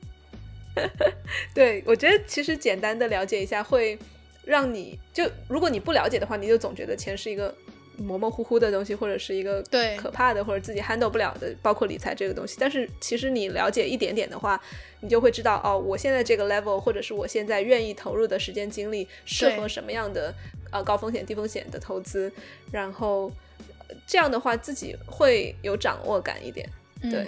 对，我觉得其实简单的了解一下会让你就如果你不了解的话，你就总觉得钱是一个模模糊糊的东西，或者是一个可怕的或者自己 handle 不了的，包括理财这个东西。但是其实你了解一点点的话，你就会知道我现在这个 level 或者是我现在愿意投入的时间精力适合什么样的高风险低风险的投资，然后这样的话自己会有掌握感一点。对，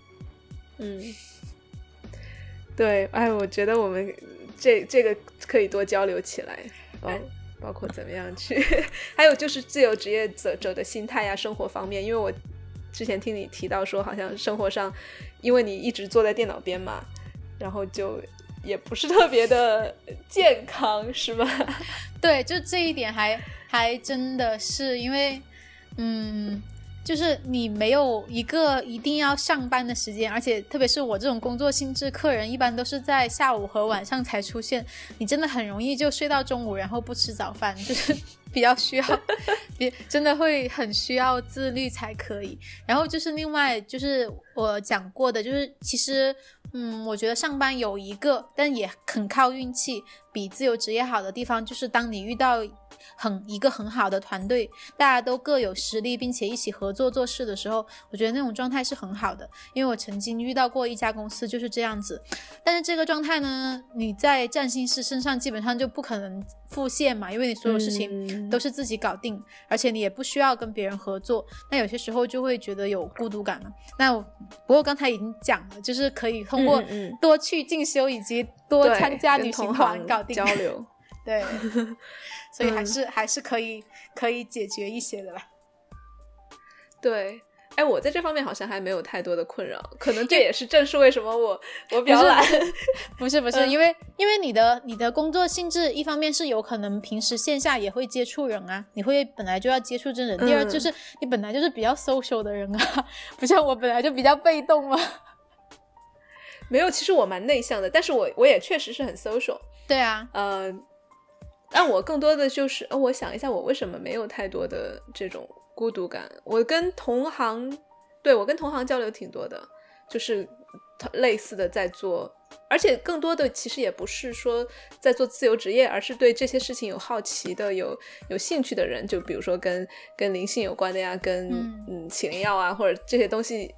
对，我觉得我们这个可以多交流起来，包括怎么样去还有就是自由职业者的心态生活方面，因为我之前听你提到说好像生活上因为你一直坐在电脑边嘛，然后就也不是特别的健康，是吧？ 对，就这一点还真的是因为就是你没有一个一定要上班的时间，而且特别是我这种工作性质，客人一般都是在下午和晚上才出现，你真的很容易就睡到中午，然后不吃早饭，就是比较需要真的会很需要自律才可以。然后就是另外就是我讲过的，就是其实我觉得上班有一个但也很靠运气比自由职业好的地方，就是当你遇到一个很好的团队，大家都各有实力并且一起合作做事的时候，我觉得那种状态是很好的。因为我曾经遇到过一家公司就是这样子，但是这个状态呢，你在占星师身上基本上就不可能复现嘛，因为你所有事情都是自己搞定，而且你也不需要跟别人合作，那有些时候就会觉得有孤独感嘛。那不过刚才已经讲了，就是可以通过多去进修以及多参加旅行团搞定交流对所以还是可以解决一些的啦。 对，我在这方面好像还没有太多的困扰，可能这也是正是为什么我比较懒。 不是因为你的工作性质，一方面是有可能平时线下也会接触人啊，你会本来就要接触真人，第二就是你本来就是比较 social 的人啊，不像我本来就比较被动嘛。 没有，其实我蛮内向的，但是我也确实是很 social。 对啊， 但我更多的就是我想一下我为什么没有太多的这种孤独感。我跟同行交流挺多的，就是类似的在做，而且更多的其实也不是说在做自由职业，而是对这些事情有好奇的有兴趣的人，就比如说跟灵性有关的呀，跟起灵药啊或者这些东西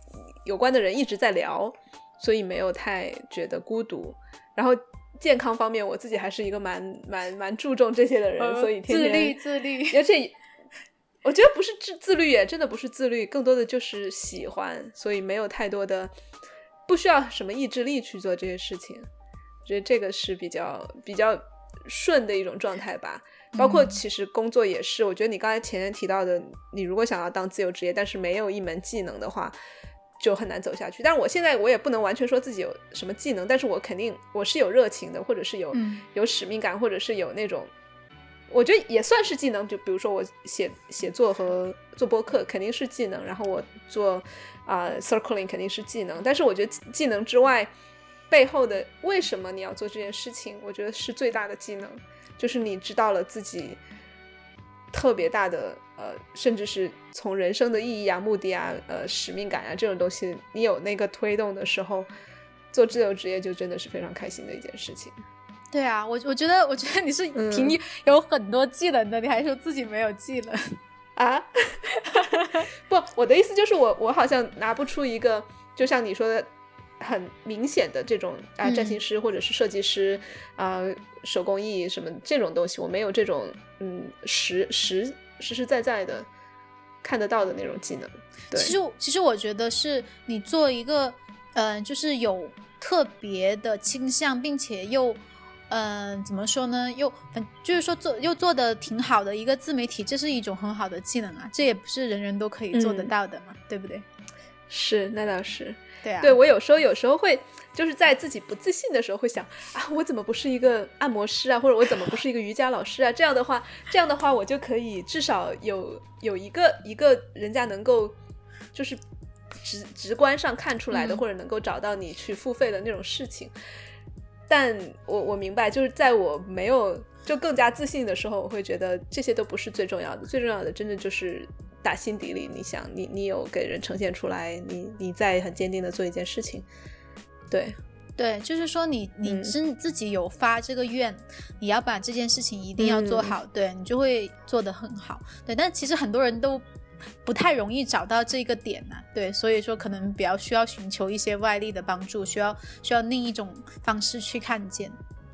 有关的人一直在聊，所以没有太觉得孤独。然后健康方面我自己还是一个蛮注重这些的人，所以天天自律， 而且我觉得不是自律耶，真的不是自律，更多的就是喜欢，所以没有太多的不需要什么意志力去做这些事情。我觉得这个是比较顺的一种状态吧。包括其实工作也是，我觉得你刚才前面提到的，你如果想要当自由职业但是没有一门技能的话就很难走下去。但是我现在我也不能完全说自己有什么技能，但是我肯定我是有热情的，或者是有使命感，或者是有那种我觉得也算是技能。就比如说我写作和做播客肯定是技能，然后我做circling 肯定是技能，但是我觉得技能之外背后的为什么你要做这件事情，我觉得是最大的技能，就是你知道了自己特别大的甚至是从人生的意义啊、目的啊、使命感啊这种东西，你有那个推动的时候，做自由职业就真的是非常开心的一件事情。 对啊，我觉得你是挺有很多技能的，你还说自己没有技能啊？不，我的意思就是我好像拿不出一个就像你说的很明显的这种占星师或者是设计师手工艺什么这种东西，我没有这种实实在在的看得到的那种技能。对， 其实我觉得是你做一个就是有特别的倾向，并且又怎么说呢，就是说又做的挺好的一个自媒体，这是一种很好的技能啊，这也不是人人都可以做得到的嘛，对不对？ 是，那倒是。 对啊， 对，我有时候会就是在自己不自信的时候会想我怎么不是一个按摩师啊，或者我怎么不是一个瑜伽老师啊，这样的话我就可以至少有一个人家能够就是直观上看出来的，或者能够找到你去付费的那种事情。但我明白，就是在我没有就更加自信的时候，我会觉得这些都不是最重要的，最重要的真的就是打心底里你想你有给人呈现出来，你在很坚定的做一件事情。对， 就是说你自己有发这个愿，你要把这件事情一定要做好，对，你就会做得很好。对，但其实很多人都不太容易找到这个点啊，对，所以说可能比较需要寻求一些外力的帮助，需要另一种方式去看见。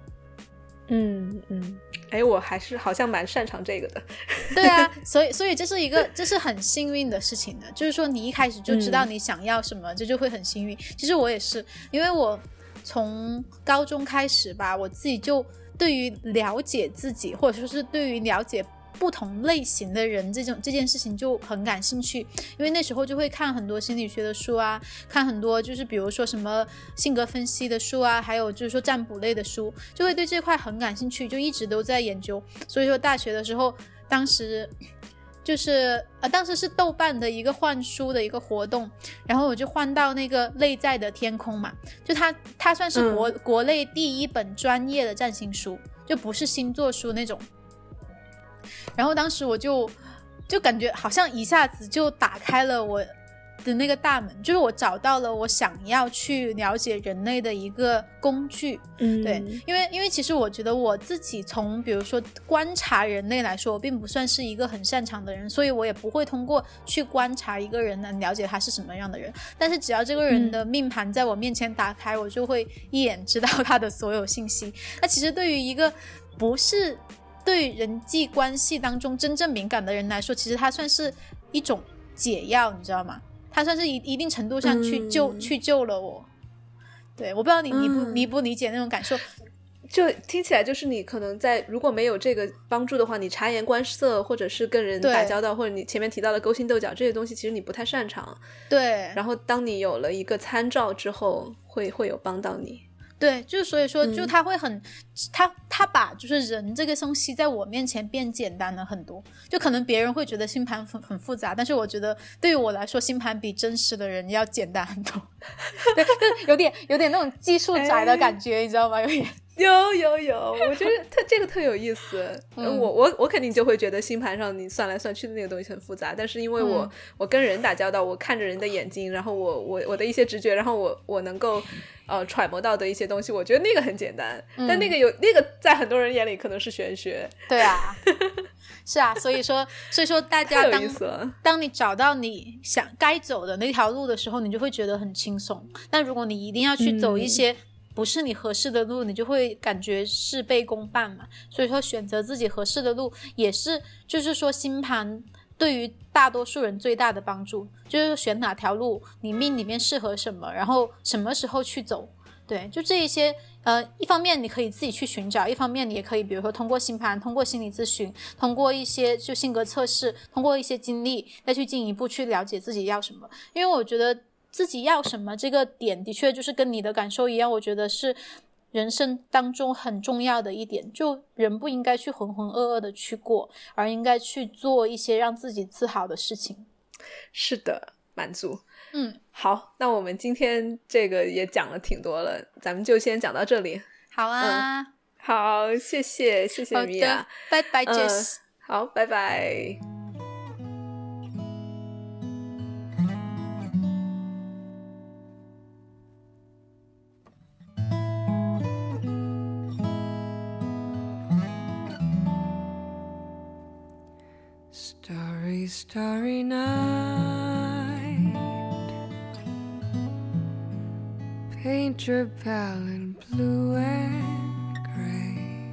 我还是好像蛮擅长这个的。 对啊，所以这是很幸运的事情的，就是说你一开始就知道你想要什么，这就会很幸运。其实我也是，因为我从高中开始吧，我自己就对于了解自己，或者说是对于了解不同类型的人这件事情就很感兴趣，因为那时候就会看很多心理学的书啊，看很多就是比如说什么性格分析的书啊，还有就是说占卜类的书，就会对这块很感兴趣，就一直都在研究。所以说大学的时候，当时是豆瓣的一个换书的一个活动，然后我就换到那个内在的天空嘛，就它算是国内第一本专业的占星书，就不是星座书那种。然后当时我就感觉好像一下子就打开了我的那个大门，就是我找到了我想要去了解人类的一个工具。对，因为其实我觉得我自己从比如说观察人类来说，我并不算是一个很擅长的人，所以我也不会通过去观察一个人来了解他是什么样的人，但是只要这个人的命盘在我面前打开，我就会一眼知道他的所有信息。那其实对于一个不是对人际关系当中真正敏感的人来说，其实它算是一种解药，你知道吗？它算是一定程度上去救了我。对，我不知道你不理解那种感受。 就听起来就是你可能在如果没有这个帮助的话，你察言观色，或者是跟人打交道，或者你前面提到的勾心斗角这些东西，其实你不太擅长。 对， 然后当你有了一个参照之后，会有帮到你。 对，就所以说就他会很他把就是人这个东西在我面前变简单了很多，就可能别人会觉得星盘很复杂，但是我觉得对于我来说星盘比真实的人要简单很多。对，就有点那种技术宅的感觉，你知道吗？有我觉得这个特有意思。我肯定就会觉得星盘上你算来算去的那个东西很复杂，但是因为我跟人打交道，我看着人的眼睛，然后我的一些直觉，然后我能够揣摩到的一些东西，我觉得那个很简单。但那个在很多人眼里可能是玄学。 对啊。 是啊，所以说大家太有意思了。 当你找到你想该走的那条路的时候，你就会觉得很轻松。但如果你一定要去走一些不是你合适的路，你就会感觉事倍功半嘛。所以说选择自己合适的路也是，就是说星盘对于大多数人最大的帮助，就是选哪条路你命里面适合什么，然后什么时候去走。对，就这一些一方面你可以自己去寻找，一方面你也可以比如说通过星盘，通过心理咨询，通过一些就性格测试，通过一些经历再去进一步去了解自己要什么。因为我觉得自己要什么这个点的确就是跟你的感受一样，我觉得是人生当中很重要的一点，就人不应该去浑浑噩噩的去过，而应该去做一些让自己自豪的事情。 是的，满足。好，那我们今天这个也讲了挺多了，咱们就先讲到这里。 好啊， 好，谢谢米娅， 拜拜 Jess。 好，拜拜。Starry, starry night, paint your palette blue and gray.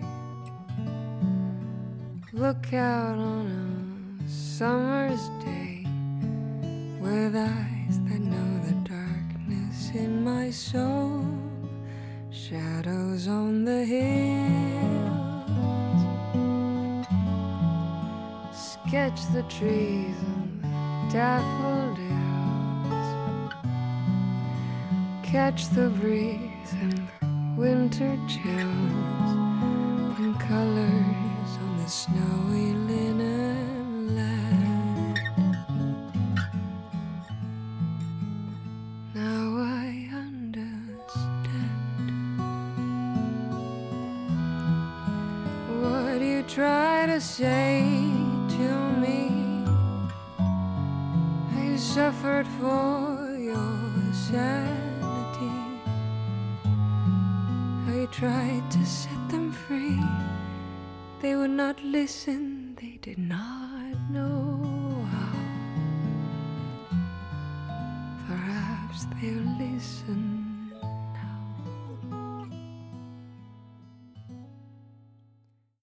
Look out on a summer's day with eyes that know the darkness in my soul. Shadows on the hills, sketch the trees and daffodils, catch the breeze and winter chills and colors on the snowy linen land. Now I understand what you try to say to me. I suffered for your sanity. I tried to set them free. They would not listen, they did not know how. Perhaps they'll listen